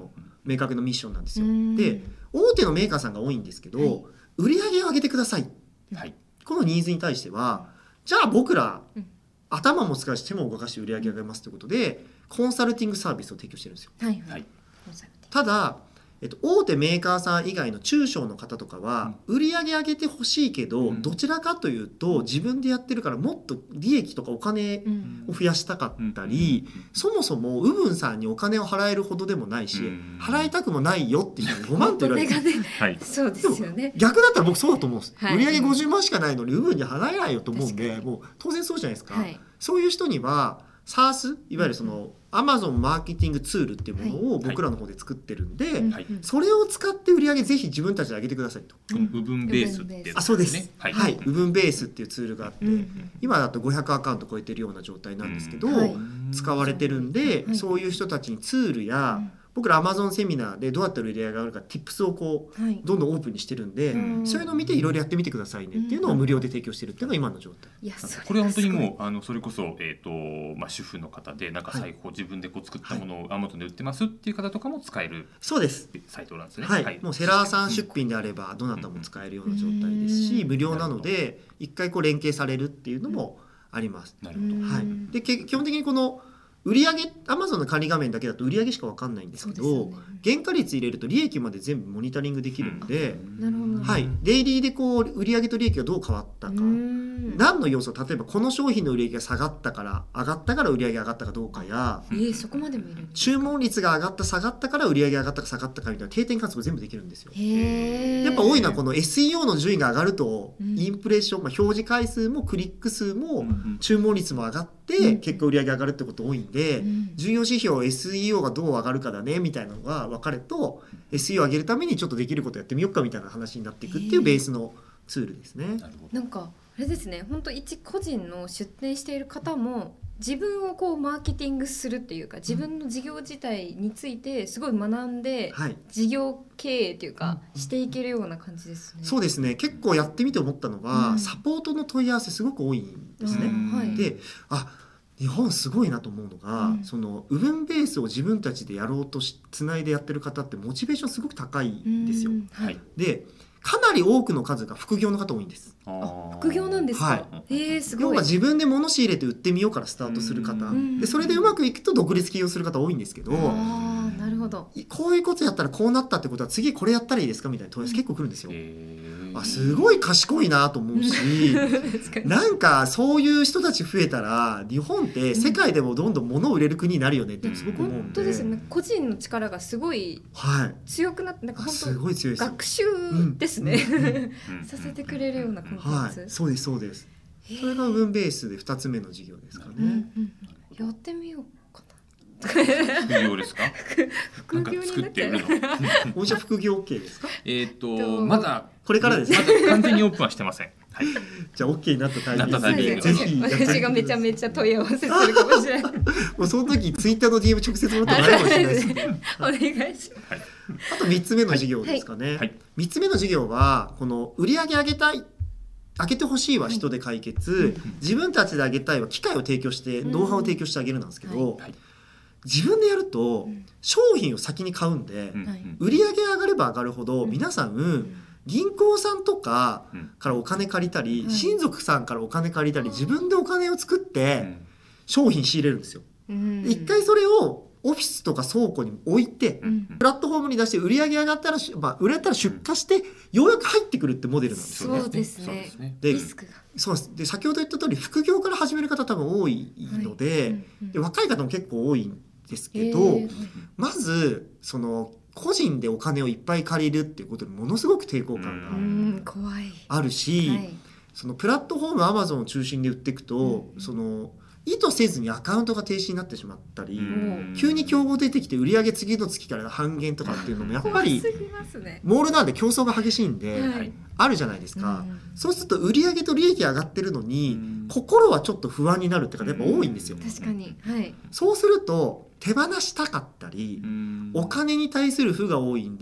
明確なミッションなんですよ。で大手のメーカーさんが多いんですけど、はい、売り上げを上げてください、はい、このニーズに対してはじゃあ僕ら、うん、頭も使うし手も動かして売り上げ上げますということでコンサルティングサービスを提供してるんですよ。はいはい、ただえっと、大手メーカーさん以外の中小の方とかは売り上げ上げてほしいけど、うん、どちらかというと自分でやってるからもっと利益とかお金を増やしたかったり、うん、そもそもウブンさんにお金を払えるほどでもないし、うん、払いたくもないよっていうふうにごまんって言われて、ねはい、そうですよね。逆だったら僕そうだと思うんです、はい、売り上げごじゅうまんしかないのにウブンに払えないよと思うんで、もう当然そうじゃないですか、はい、そういう人にはSaaS いわゆるその Amazon マーケティングツールっていうものを僕らの方で作ってるんで、はいはい、それを使って売り上げぜひ自分たちで上げてくださいと。 部分ベースってやつですね。あ、 そうです。はい、はい、部分ベースっていうツールがあって、うん、今だとごひゃくアカウント超えてるような状態なんですけど、うんはい、使われてるんで、はい、そういう人たちにツールや、うん僕ら Amazon セミナーでどうやって売り上げがあるか Tips をこう、はい、どんどんオープンにしてるんで、うん、そういうのを見ていろいろやってみてくださいねっていうのを無料で提供してるっていうのが今の状態。 いやこれは本当にもうあのそれこそ、えーとまあ、主婦の方でなんか裁縫、はい、自分でこう作ったものを Amazon で売ってますっていう方とかも使えるそうですサイトなんですね。 はい、はい、もうセラーさん出品であればどなたも使えるような状態ですし、うん、無料なので一回こう連携されるっていうのもあります。 なるほど、 はい、で基本的にこの売上 Amazon の管理画面だけだと売上しか分かんないんですけど、ね、原価率入れると利益まで全部モニタリングできるので、うん、はい、デイリーでこう売上と利益がどう変わったか、何の要素、例えばこの商品の売上が下がったから上がったから売上上がったかどうかや、 えー、そこまでもいるんですか。 注文率が上がった下がったから売上上がったか下がったかみたいな定点観測全部できるんですよ。 へやっぱ多いのはこの エスイーオー の順位が上がると、うん、インプレッション、まあ、表示回数もクリック数も注文率も上がって、うん、結果売上上がるってこと多いんで、うん、重要指標 エスイーオー がどう上がるかだねみたいなのが分かると エスイーオー 上げるためにちょっとできることやってみようかみたいな話になっていくっていうベースのツールですね。 なんかあれですね、本当一個人の出店している方も自分をこうマーケティングするっていうか自分の事業自体についてすごい学んで、はい、事業経営というか、うん、していけるような感じですね。 そうですね、結構やってみて思ったのは、うん、サポートの問い合わせすごく多いんですね。はい、で、あ日本すごいなと思うのが、うん、そのウブンベースを自分たちでやろうとしつないでやってる方ってモチベーションすごく高いんですよ。はい、でかなり多くの数が副業の方多いんです。 あ副業なんですか。はい、えー、すごい。 要は自分で物仕入れて売ってみようからスタートする方で、それでうまくいくと独立起業する方多いんですけど、 あなるほど、 こういうことやったらこうなったってことは次これやったらいいですかみたいな問い合わせ結構来るんですよ。あすごい賢いなと思うしなんかそういう人たち増えたら日本って世界でもどんどん物を売れる国になるよねってすごく思うんで、 本当ですね。個人の力がすごい強くなって、なんか本当すごい強いです。学習ですね、うん、させてくれるようなコンテンツ、 はい、そうですそうです。それがウブンベースでふたつめの事業ですかね。うんうんうん、やってみようかな。 副業ですか？ 副業になっちゃう。 おじゃ副業 OK ですか？ えっとまだこれからですね。 まだ完全にオープンはしてません。はい、 じゃあ OK になったタイミングでぜひ私がめちゃめちゃ問い合わせするかもしれない。もうその時ツイッターの ディーエム 直接もらってもらえるかもしれないですね。 お願いします。 はい、あとみっつめの事業ですかね。はいはい、みっつめの事業はこの売上上げたい上げてほしいは人で解決、はい、自分たちで上げたいは機械を提供してノウハウを提供してあげるなんですけど、はい、自分でやると商品を先に買うんで、うん、売上上がれば上がるほど皆さん、うん銀行さんとかからお金借りたり、うん、親族さんからお金借りたり、自分でお金を作って商品仕入れるんですよ。うん、一回それをオフィスとか倉庫に置いて、うん、プラットフォームに出して売り上げ上がったら、まあ、売れたら出荷してようやく入ってくるってモデルなんですよね。 そうですね。 で、 リスクがそうです。で、先ほど言った通り副業から始める方多分多いので、はいうんうん、で若い方も結構多いんですけど、えー、まずその個人でお金をいっぱい借りるっていうことにものすごく抵抗感があるし、はい、そのプラットフォーム Amazon を中心で売っていくと、うん、その意図せずにアカウントが停止になってしまったり、急に競合出てきて売り上げ次の月から半減とかっていうのもやっぱりモールなんで競争が激しいんで、はい、あるじゃないですか、うん、そうすると売り上げと利益上がってるのに、うん、心はちょっと不安になるっていうかやっぱ多いんですよ。 確かに、はい、 そうすると手放したかったり、お金に対する負が多いんで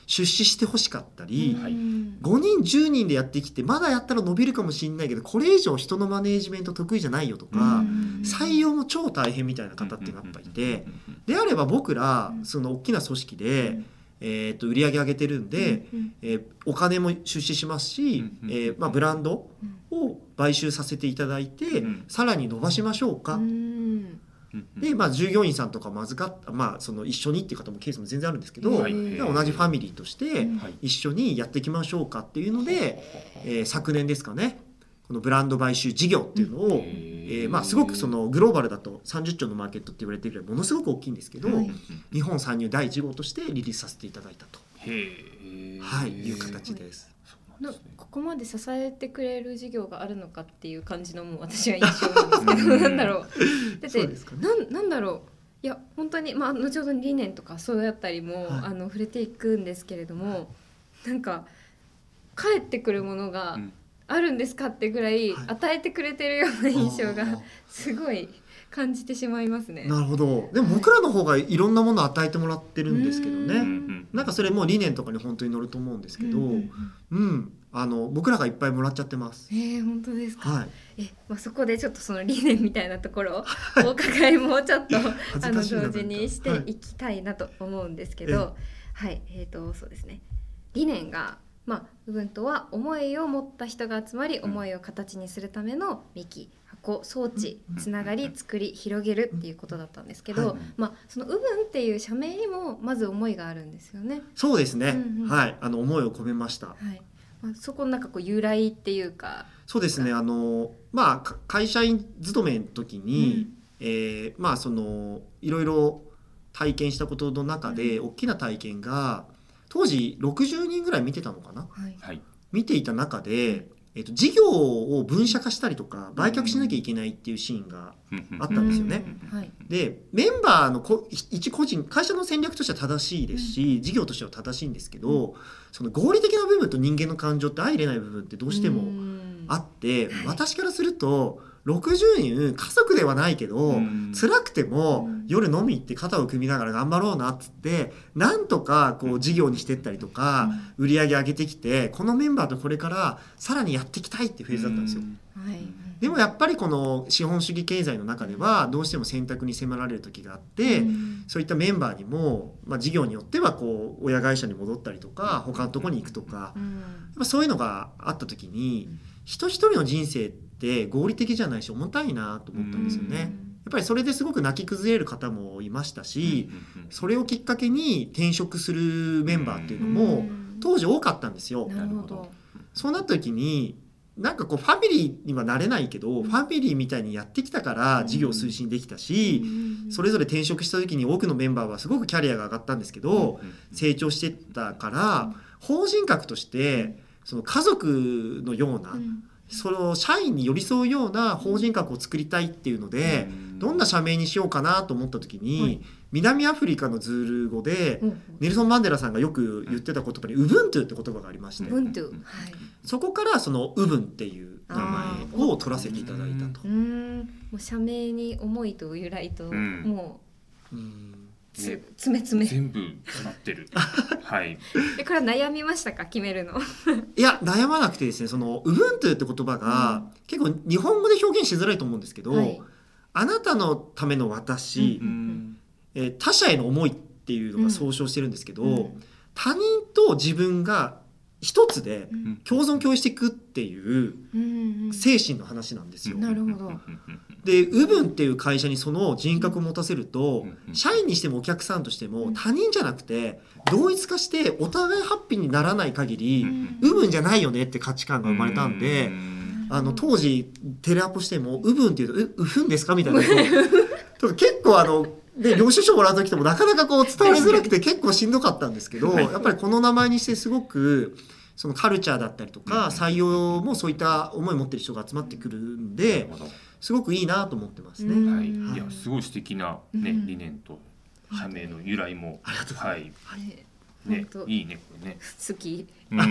出資してほしかったり、 はい、 ごにんじゅうにんでやってきてまだやったら伸びるかもしれないけどこれ以上人のマネージメント得意じゃないよとか、採用も超大変みたいな方っていうのがやっぱいて、であれば僕らその大きな組織で、えー、と売り上げ上げてるんで、えー、お金も出資しますし、えーまあ、ブランドを買収させていただいて、さらに伸ばしましょうか。で、まあ、従業員さんとかも預かっ、まあ、その一緒にっていう方もケースも全然あるんですけど、同じファミリーとして一緒にやっていきましょうかっていうので、えー、昨年ですかねこのブランド買収事業っていうのを、えーまあ、すごくそのグローバルだとさんじゅっちょうのマーケットって言われているぐらいものすごく大きいんですけど、はい、日本参入だいいち号としてリリースさせていただいたと、はい、いう形です。 ここまで支えてくれる事業があるのかっていう感じのもう私は印象なんですけどなんだろうだって、ね、な, なんだろういや本当に、まあ、後ほど理念とかそうやったりも、はい、あの触れていくんですけれども、はい、なんか返ってくるものがあるんですかってぐらい与えてくれてるような印象がすごい感じてしまいますね。 なるほど。でも僕らの方がいろんなものを与えてもらってるんですけどね、んなんかそれも理念とかに本当に乗ると思うんですけど、うん、うん、あの僕らがいっぱいもらっちゃってます。 えー、本当ですか。 はい、 え、まあ、そこでちょっとその理念みたいなところをお伺いもうちょっとあの同時にしていきたいなと思うんですけど、はい、はい、えーとそうですね、理念がまあ、Ubuntuは思いを持った人が集まり思いを形にするための幹、箱、装置、つながり、作り、広げるっていうことだったんですけど、はい、まあ、その Ubuntu っていう社名にもまず思いがあるんですよね。 そうですね、 うんうん、 はい、あの思いを込めました。 はい、まあ、そこのなんかこう由来っていうか。 そうですね、あの、まあ、会社員勤めの時に、うん、えー、まあそのいろいろ体験したことの中で、うん、大きな体験が当時ろくじゅうにんぐらい見てたのかな、はい、見ていた中で、えーと、事業を分社化したりとか売却しなきゃいけないっていうシーンがあったんですよね、うんはい、でメンバーのこ一個人会社の戦略としては正しいですし、うん、事業としては正しいんですけど、うん、その合理的な部分と人間の感情って相入れない部分ってどうしてもあって、うん、私からするとろくじゅうにん家族ではないけど、うん、辛くても、うん、夜飲み行って肩を組みながら頑張ろうなっつってなんとかこう事業にしてったりとか、うん、売り上げ上げてきてこのメンバーとこれからさらにやっていきたいっていうフェーズだったんですよ、うんはい、でもやっぱりこの資本主義経済の中ではどうしても選択に迫られる時があって、うん、そういったメンバーにも、まあ、事業によってはこう親会社に戻ったりとか他のところに行くとか、うん、やっぱそういうのがあった時に人一人の人生って合理的じゃないし重たいなと思ったんですよね。やっぱりそれですごく泣き崩れる方もいましたし、それをきっかけに転職するメンバーっていうのも当時多かったんですよ。 なるほど。 そうなった時になんかこうファミリーにはなれないけど、ファミリーみたいにやってきたから事業推進できたし、それぞれ転職した時に多くのメンバーはすごくキャリアが上がったんですけど、成長してったから法人格としてその家族のような、その社員に寄り添うような法人格を作りたいっていうので、どんな社名にしようかなと思った時に、はい、南アフリカのズール語で、うん、ネルソン・マンデラさんがよく言ってた言葉に Ubuntu って言葉がありまして、 Ubuntu、はい、 そこからその Ubuntu っていう名前を取らせていただいたと。 うーん、もう社名に思いと由来と、うん、もう、うんつつめつめ全部詰まってるはい。 でこれは悩みましたか、決めるのいや悩まなくてですね、その Ubuntu って言葉が、うん、結構日本語で表現しづらいと思うんですけど、はい、あなたのための私、うんうんえー、他者への思いっていうのが総称してるんですけど、うん、他人と自分が一つで共存共栄していくっていう精神の話なんですよ、 うんうん、なるほど。 で Ubuntu っていう会社にその人格を持たせると、社員にしてもお客さんとしても他人じゃなくて同一化してお互いハッピーにならない限り Ubuntu じゃないよねって価値観が生まれたんで、あの当時テレアポしても Ubuntu っていうとうふんですかみたいなとか結構あので領収書もらう時ともなかなかこう伝わりづらくて結構しんどかったんですけど、やっぱりこの名前にしてすごくそのカルチャーだったりとか採用もそういった思いを持ってる人が集まってくるんで、すごくいいなと思ってますね。 はい、いやすごい素敵な、ね、理念と社名の由来も、 ありがとうございます。 はいね、いいねこれね。 好き。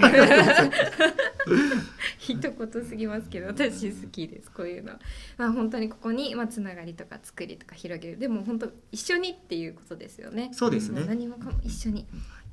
一言すぎますけど私好きです、こういうの。まあ本当にここにまあつながりとか作りとか広げる、でも本当一緒にっていうことですよね。 そうですね。 何もかも一緒に。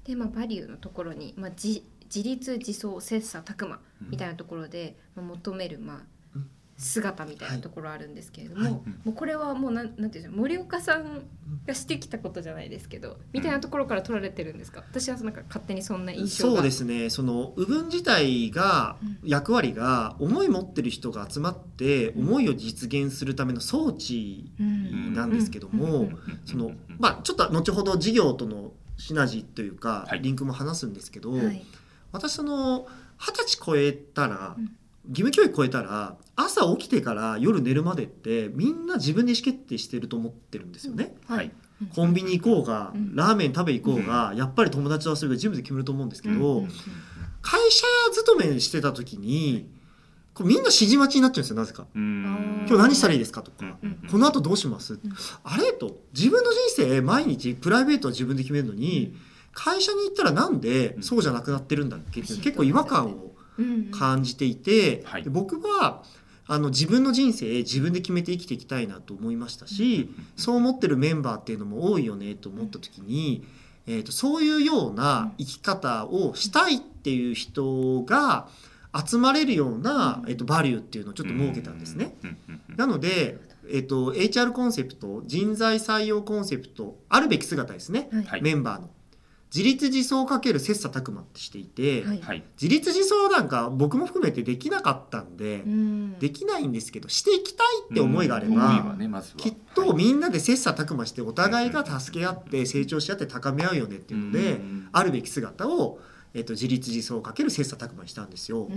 で、まあ、バリューのところに、まあ、自, 自立自走切磋琢磨みたいなところで、まあ、求める、まあ、姿みたいなところあるんですけれども、はいはい、もうこれはもうなんなんていうんですか、森岡さんがしてきたことじゃないですけどみたいなところから取られてるんですか？私はなんか勝手にそんな印象が。 そうですね、その右分自体が、うん、役割が思い持ってる人が集まって思いを実現するための装置なんですけども、そのまあちょっと後ほど事業とのシナジーというか、はい、リンクも話すんですけど、はい、私そのはたち超えたら、うん、義務教育超えたら朝起きてから夜寝るまでってみんな自分で意思決定してると思ってるんですよね、うんはい、コンビニ行こうが、うん、ラーメン食べ行こうが、うん、やっぱり友達と遊びが自分で決めると思うんですけど、うん、会社勤めしてた時にこれみんな指示待ちになっちゃうんですよ。なぜか今日何したらいいですかとか、この後どうします、あれと自分の人生毎日プライベートは自分で決めるのに会社に行ったらなんでそうじゃなくなってるんだっけって結構違和感を感じていて、で僕はあの自分の人生自分で決めて生きていきたいなと思いましたし、そう思ってるメンバーっていうのも多いよねと思った時に、えーと、そういうような生き方をしたいっていう人が集まれるような、えーと、バリューっていうのをちょっと設けたんですね。なので、えーと、エイチアール コンセプト、人材採用コンセプト、あるべき姿ですね、はい、メンバーの自立自走かける切磋琢磨ってしていて、はい、自立自走なんか僕も含めてできなかったんで、うん、できないんですけどしていきたいって思いがあれば、うんねま、きっとみんなで切磋琢磨してお互いが助け合って成長し合って高め合うよねっていうので、うん、あるべき姿を、えっと、自立自走かける切磋琢磨にしたんですよ、うん、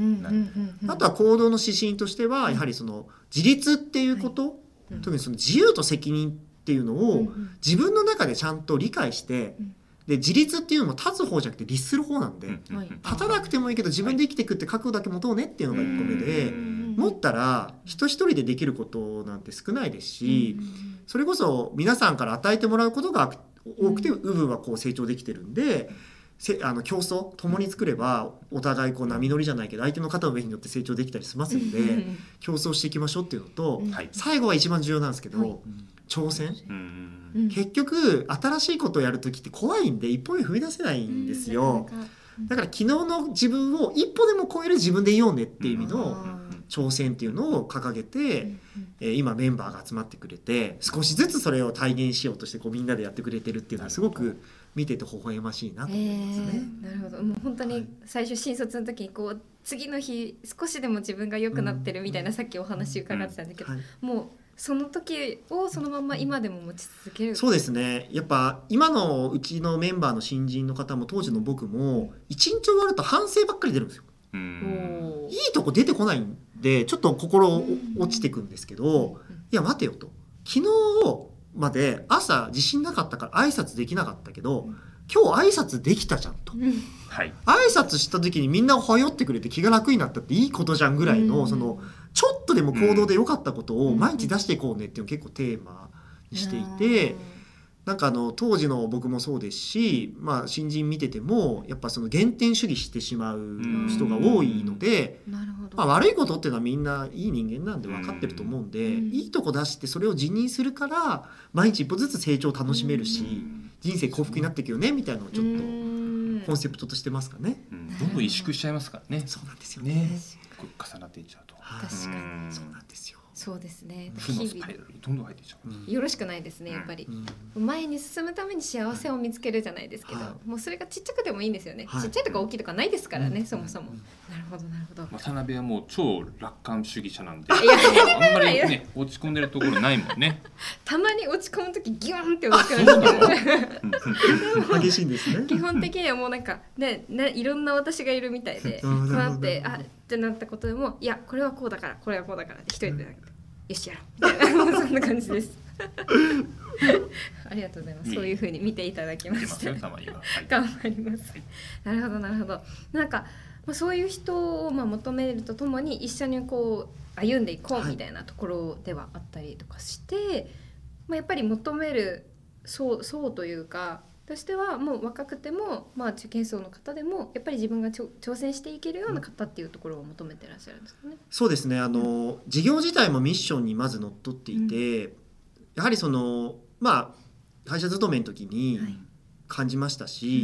あとは行動の指針としてはやはりその自立っていうこと、はい、特にその自由と責任っていうのを自分の中でちゃんと理解して、うんで自立っていうのも立つ方じゃなくて立する方なんで、うん、立たなくてもいいけど自分で生きていくって覚悟だけ持とうねっていうのがいっこめで、持ったら人一人でできることなんて少ないですし、それこそ皆さんから与えてもらうことが多くて部分はこう成長できてるんで、せあの競争共に作ればお互いこう波乗りじゃないけど相手の肩の上によって成長できたりしますんで、競争していきましょうっていうのと、最後は一番重要なんですけど、挑戦、うん、結局新しいことをやるときって怖いんで一歩目踏み出せないんですよ、うん、だから昨日の自分を一歩でも超える自分でいようねっていう意味の挑戦っていうのを掲げて、うんえー、今メンバーが集まってくれて少しずつそれを体現しようとしてこうみんなでやってくれてるっていうのはすごく見てて微笑ましいなと思いますね、 えー、なるほど。もう本当に最初新卒の時にこう次の日少しでも自分が良くなってるみたいな、うん、さっきお話伺ってたんだけど、うんはい、もうその時をそのまま今でも持ち続ける。 そうですね。やっぱ今のうちのメンバーの新人の方も当時の僕も一日終わると反省ばっかり出るんですよ。うんいいとこ出てこないんでちょっと心落ちてくんですけど、いや待てよと、昨日まで朝自信なかったから挨拶できなかったけど今日挨拶できたじゃんと、はい、挨拶した時にみんなおはようってくれて気が楽になったっていいことじゃんぐらいの、そのちょっとでも行動で良かったことを毎日出していこうねっていうのを結構テーマにしていて、なんかあの当時の僕もそうですし、まあ、新人見ててもやっぱその減点主義してしまう人が多いので、まあ、悪いことっていうのはみんないい人間なんで分かってると思うんで、いいとこ出してそれを自認するから毎日一歩ずつ成長を楽しめるし人生幸福になっていくよねみたいなのをちょっとコンセプトとしてますかね。 うん、どんどん萎縮しちゃいますからね。 そうなんですよね。 ね重なっていっちゃうと。 確かにそうなんですよ。 そうですね。 負のスパイラルにどんどん入っていっちゃう、 うん、よろしくないですねやっぱり、うん、前に進むために幸せを見つけるじゃないですけど、はい、もうそれがちっちゃくてもいいんですよね、はい、ちっちゃいとか大きいとかないですからね、うん、そもそも、うん、なるほどなるほど。 渡辺はもう超楽観主義者なんでいやあんまりね落ち込んでるところないもんね。 たまに落ち込む時ギュンって落ち込む激しいんですね。 基本的にはもうなんかね、ねいろんな私がいるみたいでなってあってなったことでもいやこれはこうだからこれはこうだからって一人でなんかよしやろうみたいなそんな感じですありがとうございます。そういう風に見ていただきました。頑張ります。なるほどなるほど。なんか、まあ、そういう人をまあ求めるとともに一緒にこう歩んでいこうみたいなところではあったりとかして、はいまあ、やっぱり求める層層というかとしてはもう若くても、まあ、受験層の方でもやっぱり自分が挑戦していけるような方っていうところを求めてらっしゃるんですかね。 そうですね。あの、うん、事業自体もミッションにまずのっとっていて、うん、やはりそのまあ会社勤めの時に感じましたし、はいうん、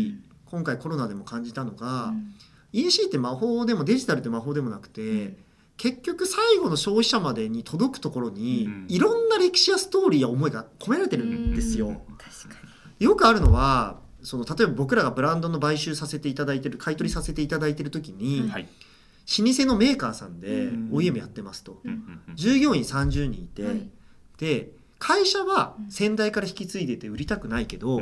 今回コロナでも感じたのが、うん、イーシー って魔法でもデジタルって魔法でもなくて、うん、結局最後の消費者までに届くところに、うん、いろんな歴史やストーリーや思いが込められてるんですよ。うん、確かによくあるのはその例えば僕らがブランドの買収させていただいてる買い取りさせていただいてる時に、はい、老舗のメーカーさんで オーイーエム やってますと、うん、従業員さんじゅうにんいて、はい、で会社は先代から引き継いでて売りたくないけど、うん、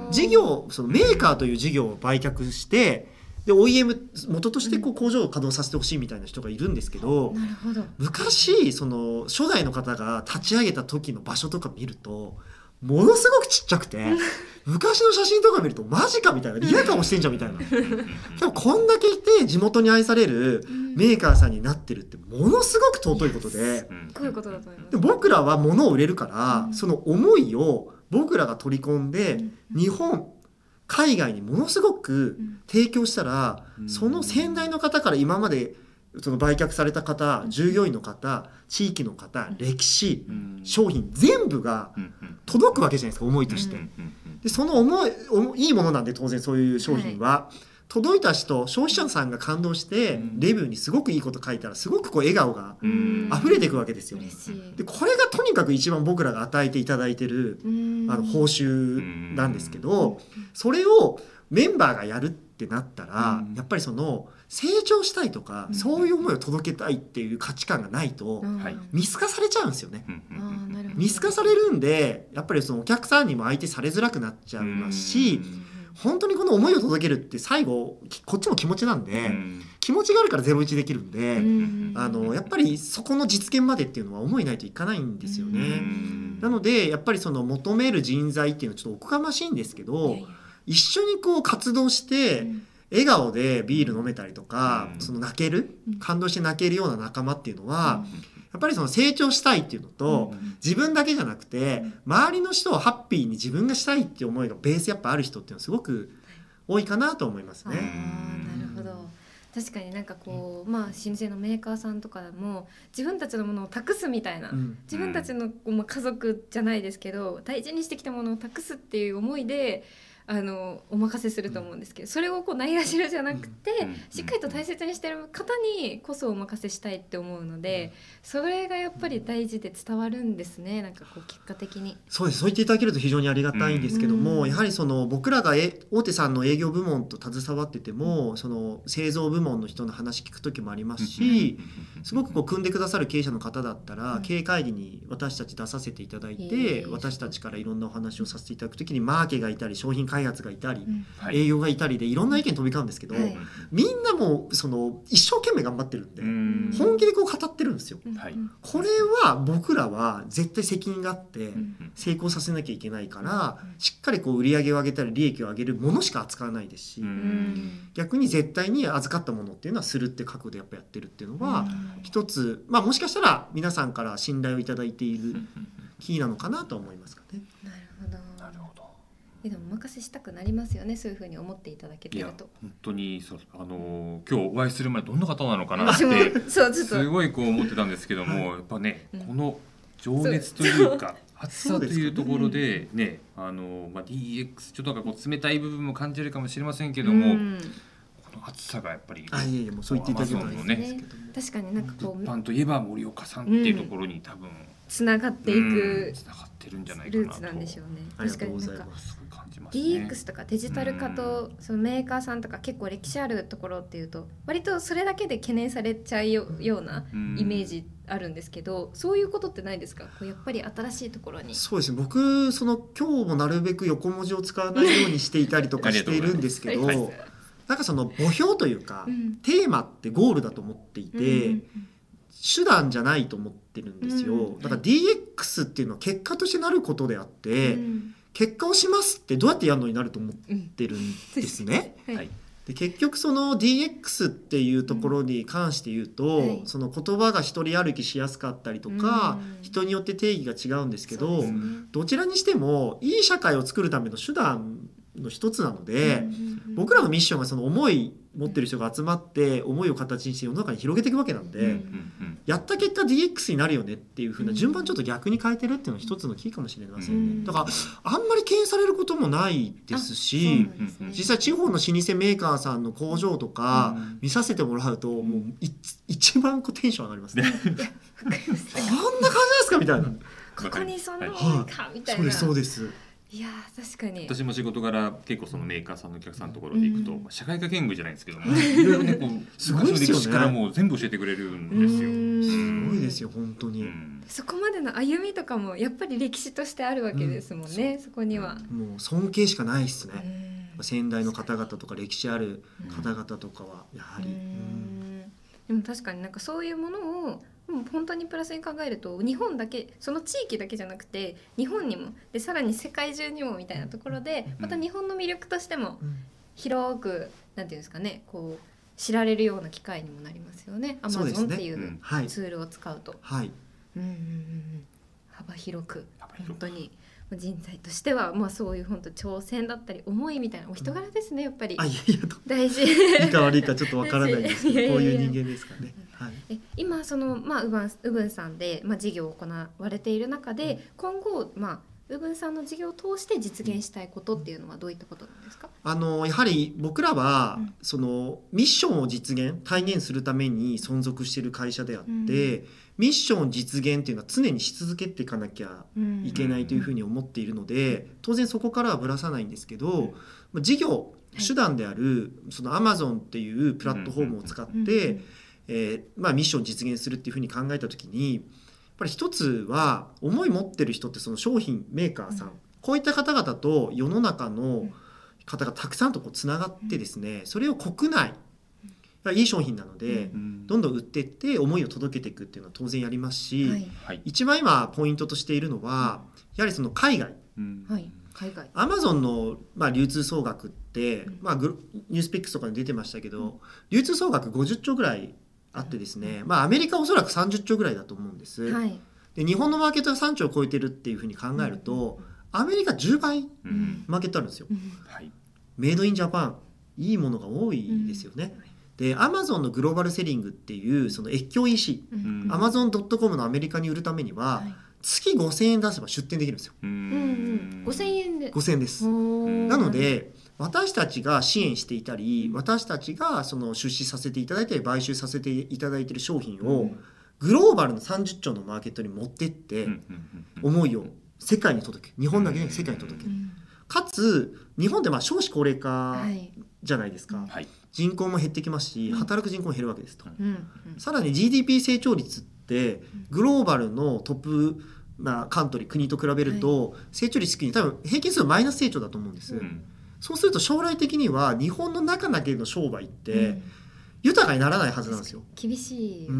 事業そのメーカーという事業を売却してで オーイーエム 元としてこう工場を稼働させてほしいみたいな人がいるんですけど、 なるほど昔その初代の方が立ち上げた時の場所とか見るとものすごくちっちゃくて昔の写真とか見るとマジかみたいなリア顔してんじゃんみたいなでもこんだけいて地元に愛されるメーカーさんになってるってものすごく尊いことで、 すごいことだと思います。 で僕らは物を売れるから、うん、その思いを僕らが取り込んで、うん、日本海外にものすごく提供したら、うん、その先代の方から今までその売却された方、従業員の方、地域の方、歴史、商品全部が届くわけじゃないですか、思いとして。でその思い、いいものなんで当然そういう商品は、はい、届いた人、消費者さんが感動してレビューにすごくいいこと書いたらすごくこう笑顔が溢れていくわけですよ。でこれがとにかく一番僕らが与えていただいてるあの報酬なんですけど、それをメンバーがやるってなったらやっぱりその成長したいとか、うん、そういう思いを届けたいっていう価値観がないと、うん、見透かされちゃうんですよね、うん、見透かされるんでやっぱりそのお客さんにも相手されづらくなっちゃいますし、うん、本当にこの思いを届けるって最後こっちも気持ちなんで、うん、気持ちがあるからゼロイチできるんで、うん、あのやっぱりそこの実現までっていうのは思いないといかないんですよね、うん、なのでやっぱりその求める人材っていうのはちょっとおこがましいんですけど、いやいや一緒にこう活動して、うん笑顔でビール飲めたりとか、うん、その泣ける感動して泣けるような仲間っていうのは、うん、やっぱりその成長したいっていうのと、うん、自分だけじゃなくて周りの人をハッピーに自分がしたいっていう思いがベースやっぱある人っていうのはすごく多いかなと思いますね。 あ、なるほど。確かになんかこう、まあ老舗のメーカーさんとかでも自分たちのものを託すみたいな、うん、自分たちの家族じゃないですけど大事にしてきたものを託すっていう思いであのお任せすると思うんですけど、それをこうないがしろじゃなくて、しっかりと大切にしてる方にこそお任せしたいって思うので、それがやっぱり大事で伝わるんですね。なんかこう結果的にそうです。そう言っていただけると非常にありがたいんですけども、うん、やはりその僕らがえ大手さんの営業部門と携わってても、うん、その製造部門の人の話聞く時もありますし、うん、すごくこう組んでくださる経営者の方だったら、うん、経営会議に私たち出させていただいて、うん、私たちからいろんなお話をさせていただく時にマーケがいたり商品開発がいたり、うん営業がいたりでいろんな意見飛び交うんですけど、はい、みんなもその一生懸命頑張ってるんでん本気でこう語ってるんですよ、はい、これは僕らは絶対責任があって成功させなきゃいけないからしっかりこう売り上げを上げたり利益を上げるものしか扱わないですし、逆に絶対に預かったものっていうのはするって覚悟でやっぱやってるっていうのは一つ、まあ、もしかしたら皆さんから信頼をいただいているキーなのかなと思いますかね。 なるほど。なるほど。でもお任せしたくなりますよね、そういうふうに思っていただけてると。いや本当にそう、あの今日お会いする前どんな方なのかなってすごいこう思ってたんですけども、はい、やっぱね、うん、この情熱というか熱さというところでね、あのまあ、ディーエックス ちょっとなんかこう冷たい部分も感じるかもしれませんけども、うん、この熱さがやっぱりあいやいやもうそう言っていただけたらいいですね。確かになんかこう物販といえば森岡さんっていうところに多分、うん、 つながっていくつながってるんじゃないかなとルーツなんでしょうね。 確かになんかディーエックス とかデジタル化とそのメーカーさんとか結構歴史あるところっていうと割とそれだけで懸念されちゃう よ, ようなイメージあるんですけど、そういうことってないですか？こうやっぱり新しいところに。 そうですね。僕その今日もなるべく横文字を使わないようにしていたりとかしているんですけどなんかその墓標というか、うん、テーマってゴールだと思っていて、うんうんうん、手段じゃないと思ってるんですよ、うん、だから ディーエックス っていうのは結果としてなることであって、うん、結果をしますってどうやってやるのになると思ってるんですね、うんはい、で結局その ディーエックス っていうところに関して言うと、うんはい、その言葉が一人歩きしやすかったりとか、うん、人によって定義が違うんですけど、ね、どちらにしてもいい社会を作るための手段の一つなので、うん、僕らのミッションがその思い持ってる人が集まって思いを形にして世の中に広げていくわけなんで、うん、 やった結果 ディーエックス になるよねっていう風な順番ちょっと逆に変えてるっていうのは一つのキーかもしれませんね、うん、だからあんまり敬遠されることもないですし、す、ね、実際地方の老舗メーカーさんの工場とか見させてもらうと、うん、もう一番こうテンション上がりますねこんな感じですかみたいな、 ここにそんなもんかみたいな、 そうですそうです。 いや確かに私も仕事柄結構そのメーカーさんのお客さんのところで行くと、うん、社会科見学じゃないんですけども、いろいろねこうすごい歴史からもう全部教えてくれるんですよ。 すごいですよ本当に、うん、 そこまでの歩みとかもやっぱり歴史としてあるわけですもんね、うん、そ, そこにはもう尊敬しかないですね、先代の方々とか歴史ある方々とかはやはり、うん、 でも確かになんかそういうものをもう本当にプラスに考えると日本だけその地域だけじゃなくて日本にもでさらに世界中にもみたいなところでまた日本の魅力としても広くなんていうんですかねこう知られるような機会にもなりますよね。 Amazon っていうツールを使うと、 はい、 うんうんうん、幅広く本当に人材としては、まあ、そういう本当挑戦だったり思いみたいなお人柄ですねやっぱり。 あいやいや大事いいか悪いかちょっとわからないですけどこういう人間ですかね。はい、 え今その、まあ、ウバン、ウブンさんで、まあ、事業を行われている中で、うん、今後、まあ、ウブンさんの事業を通して実現したいことっていうのはどういったことなんですか？ あのやはり僕らは、うん、そのミッションを実現体現するために存続している会社であって、うん、ミッション実現っていうのは常にし続けていかなきゃいけないというふうに思っているので、当然そこからはぶらさないんですけど、うん、事業手段であるその Amazon っていうプラットフォームを使って、うんえーまあ、ミッションを実現するっていうふうに考えた時にやっぱり一つは思い持ってる人ってその商品メーカーさん、うん、こういった方々と世の中の方がたくさんとこうつながってですね、それを国内いい商品なので、うん、どんどん売っていって思いを届けていくっていうのは当然やりますし、はい、一番今ポイントとしているのはやはりその海外、 うんはい、海外 Amazon の、まあ、流通総額って、うんまあ、グニュースピックスとかに出てましたけど、うん、流通総額ごじゅっちょうぐらいあってですね、まあ、アメリカはおそらくさんじゅっちょうぐらいだと思うんです、はい、で日本のマーケットがさんちょうを超えてるっていうふうに考えると、うん、アメリカじゅうばいマーケットあるんですよ、うんはい、メイドインジャパンいいものが多いですよね、うんで Amazon のグローバルセリングっていうその越境 イーシー、うん、Amazon ドットコム のアメリカに売るためには、はい、月ごせんえん出せば出店できるんですよ。 うんうん、ごせんえんでごせんえんです。なので私たちが支援していたり私たちがその出資させていただいたり買収させていただいている商品をグローバルのさんじゅっちょうのマーケットに持ってって思いを世界に届け日本だけで世界に届ける、かつ日本でまあ少子高齢化じゃないですか、はい、人口も減ってきますし働く人口も減るわけですと、うんうん、さらに ジーディーピー 成長率ってグローバルのトップなカントリー国と比べると成長率低い多分平均数はマイナス成長だと思うんです、うん、そうすると将来的には日本の中だけの商売って豊かにならないはずなんですよ。 厳しい、 うん、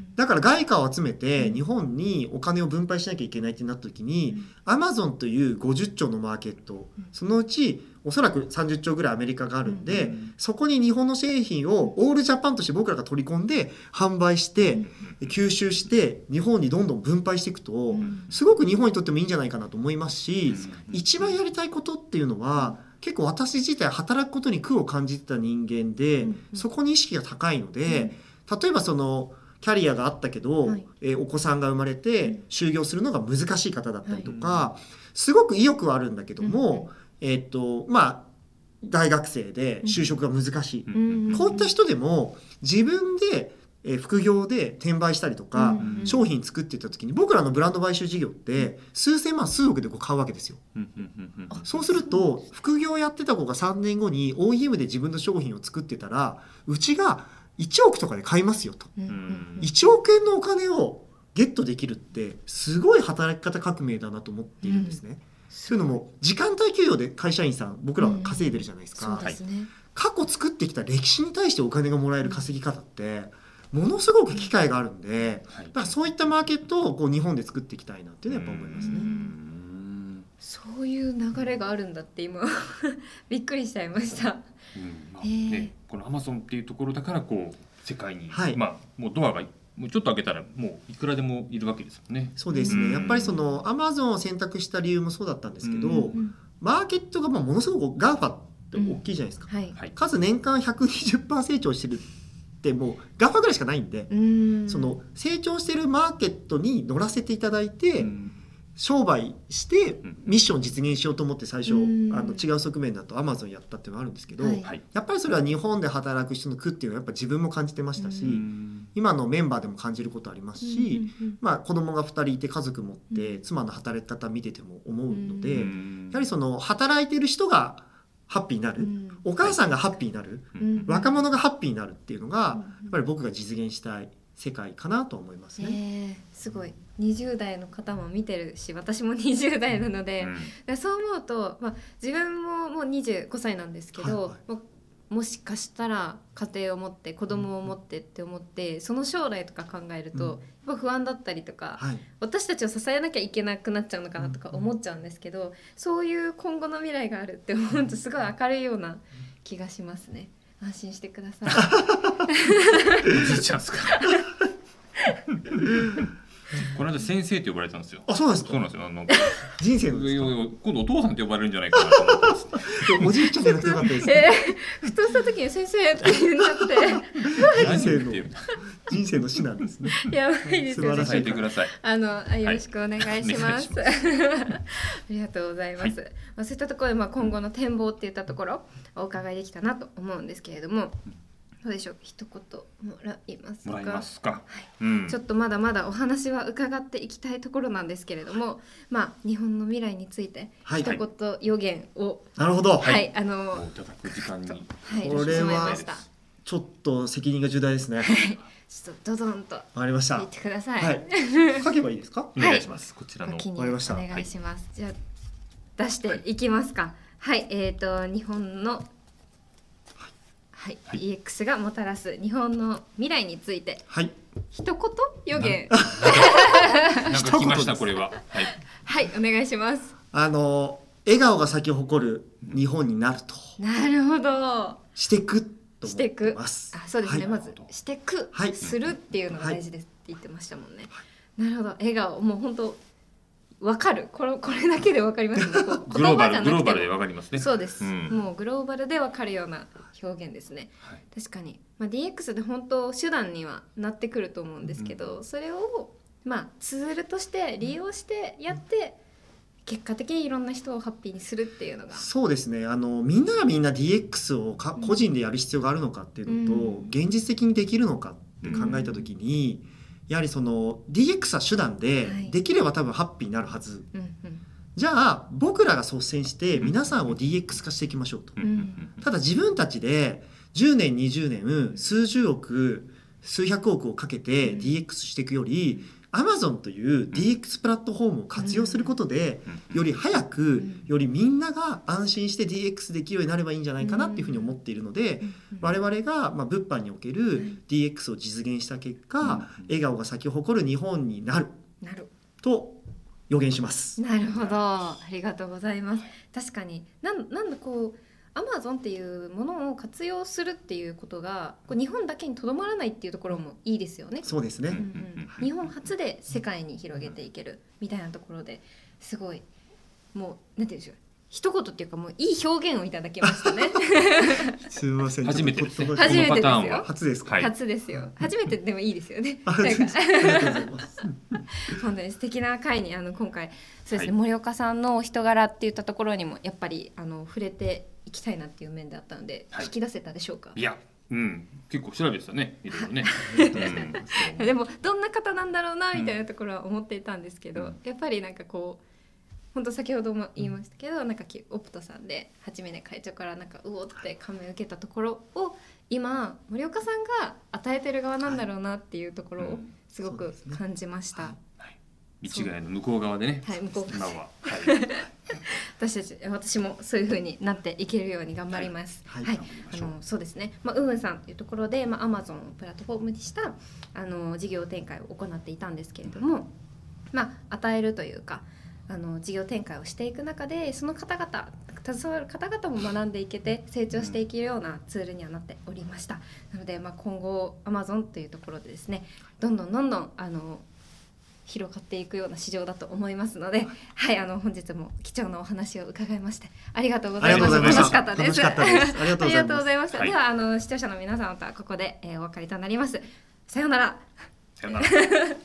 だから外貨を集めて日本にお金を分配しなきゃいけないってなった時に、うん、Amazon というごじゅっちょうのマーケット、うん、そのうちおそらくさんじゅっちょうぐらいアメリカがあるんで、うん、そこに日本の製品をオールジャパンとして僕らが取り込んで販売して、うん、吸収して日本にどんどん分配していくと、うん、すごく日本にとってもいいんじゃないかなと思いますし、うん、一番やりたいことっていうのは結構私自体働くことに苦を感じてた人間で、うんうん、そこに意識が高いので、うん、例えばそのキャリアがあったけど、はい、えー、お子さんが生まれて就業するのが難しい方だったりとか、はい、すごく意欲はあるんだけども、うん、えー、っとまあ大学生で就職が難しい、うん、こういった人でも自分でえー、副業で転売したりとか、うんうん、商品作っていった時に僕らのブランド買収事業って数千万数億でこう買うわけですよ、うんうんうんうん、そうすると副業やってた子がさんねんごに オーイーエム で自分の商品を作ってたらうちがいちおくとかで買いますよと、うんうん、いちおくえんのお金をゲットできるってすごい働き方革命だなと思っているんですね、うん、そういうのも時間帯給与で会社員さん僕らは稼いでるじゃないですか、うん、そうですね、過去作ってきた歴史に対してお金がもらえる稼ぎ方ってものすごく機会があるんで、はい、だからそういったマーケットをこう日本で作っていきたいなっていうのはやっぱ思いますね。うーん、 そういう流れがあるんだって今びっくりしちゃいました、 うんまあね、この Amazon っていうところだからこう世界に、はい、まあ、もうドアがもうちょっと開けたらもういくらでもいるわけですよね。 そうですね、やっぱりその Amazon を選択した理由もそうだったんですけど、マーケットがまあものすごく ガーファ って大きいじゃないですか、うん、はい、数年間 ひゃくにじゅっパーセント 成長してるってもうガファぐらいしかないんで、 うん、 その成長してるマーケットに乗らせていただいて、うん、商売してミッション実現しようと思って最初、うん、あの違う側面だとアマゾンやったっていうのはあるんですけど、はい、やっぱりそれは日本で働く人の苦っていうのはやっぱ自分も感じてましたし、うん、今のメンバーでも感じることありますし、うんうんうん、まあ、子供がふたりいて家族持って妻の働き方見てても思うので、うん、やはりその働いてる人がハッピーになる、うん、お母さんがハッピーになる、うん、若者がハッピーになるっていうのが、うん、やっぱり僕が実現したい世界かなと思いますね。 えー、すごいにじゅう代の方も見てるし私もにじゅう代なので、うん、そう思うと、まあ、自分ももうにじゅうごさいなんですけど、はいはい、も, もしかしたら家庭を持って子供を持ってって思って、うん、その将来とか考えると、うん、やっぱ不安だったりとか、はい、私たちを支えなきゃいけなくなっちゃうのかなとか思っちゃうんですけど、うん、そういう今後の未来があるって思うとすごい明るいような気がしますね。安心してください。 おじいちゃんですか。この間先生って呼ばれたんですよ。 あ、そうなんですか。 そうなんですよ。あの人生の今度お父さんって呼ばれるんじゃないかなと思ってますね。 おじいちゃんじゃなくてよかったですね。 えー、ふとした時に先生って言うんだって。 人生の人生の師なんですね。 やばいですよね。 伝えてください。 あのよろしくお願いします。はい、ありがとうございます。はい、まあ、そういったところで、まあ、今後の展望っていったところお伺いできたなと思うんですけれども。どうでしょう、一言もらいますか。 もらいますか、 はい、うん、ちょっとまだまだお話は伺っていきたいところなんですけれども、はい、まあ日本の未来について一言予言を、はい、 なるほど、 はい、あのいただく時間に、 はい、 これはちょっと責任が重大ですね。 ちょっとドドンとわかりました。 言ってください。 はい、書けばいいですか。 お願いします。こちらのわかりました。お願いします。じゃあ出していきますか。はい、えっと日本のはい、はい、ディーエックス がもたらす日本の未来について、はい、一言予言なんか来ましたこれは、はい、 はい、お願いします。 あの笑顔が咲き誇る日本になると、 なるほど、 していくと思ってます。 あ、そうですね、 はい、 まずしていく、はい、するっていうのが大事ですって言ってましたもんね、はい、なるほど、笑顔、もう本当わかる、これこれだけでわかりますね。 グローバルグローバルでわかりますね。 そうです、うん、もうグローバルでわかるような表現ですね、はい、確かに、まあ、ディーエックス で本当手段にはなってくると思うんですけど、うん、それをまあツールとして利用してやって結果的にいろんな人をハッピーにするっていうのが、 そうですね、あのみんながみんな ディーエックス をか個人でやる必要があるのかっていうのと、うん、現実的にできるのかって考えた時に、うんやはりその ディーエックス は手段で、はい、できれば多分ハッピーになるはず、うんうん、じゃあ僕らが率先して皆さんを ディーエックス 化していきましょうと、うん、ただ自分たちでじゅうねんにじゅうねん数十億数百億をかけて ディーエックス していくより、Amazon という ディーエックス プラットフォームを活用することで、より早くよりみんなが安心して ディーエックス できるようになればいいんじゃないかなっていうふうに思っているので、我々がまあ物販における ディーエックス を実現した結果、笑顔が咲き誇る日本になると予言します。 なるほど、ありがとうございます。確かになんなんだこうアマゾンっていうものを活用するっていうことがこう日本だけにとどまらないっていうところもいいですよね。 そうですね、 うんうん、日本初で世界に広げていけるみたいなところですごいもうなんていうんでしょう、一言っていうかもういい表現をいただきましたね。 すみません、 初めてですね。 初めてですよ。 初ですか。 はい、初ですよ。初めてでもいいですよね。 ありがとうございます。 本当に素敵な回にあの今回そうですね、はい、森岡さんのお人柄っていったところにもやっぱりあの触れていきたいなっていう面であったので、はい、引き出せたでしょうか。 いや、うん、結構調べてたね、いろいろね。 うん、でもどんな方なんだろうなみたいなところは思っていたんですけど、うん、やっぱりなんかこう本当先ほども言いましたけど、うん、なんかオプトさんではちめね会長からなんかうおって感銘を受けたところを今森岡さんが与えてる側なんだろうなっていうところをすごく感じました。 道がの向こう側でね、 はい、向こう側は、はい、 私たち私もそういう風になっていけるように頑張ります。はい、はいはい、あのそうですね。まあ、ウーンさんというところで、まあ、Amazon をプラットフォームにしたあの事業展開を行っていたんですけれども、うん、まあ与えるというかあの事業展開をしていく中でその方々携わる方々も学んでいけて成長していけるようなツールにはなっておりました。なので、まあ、今後 Amazon というところでですね、どんどんどんどんあの広がっていくような市場だと思いますので、はい、あの本日も貴重なお話を伺いましてありがとうございました。楽しかったです。ありがとうございました。ではあの視聴者の皆様とはここで、えー、お別れとなります。さようなら。 さようなら。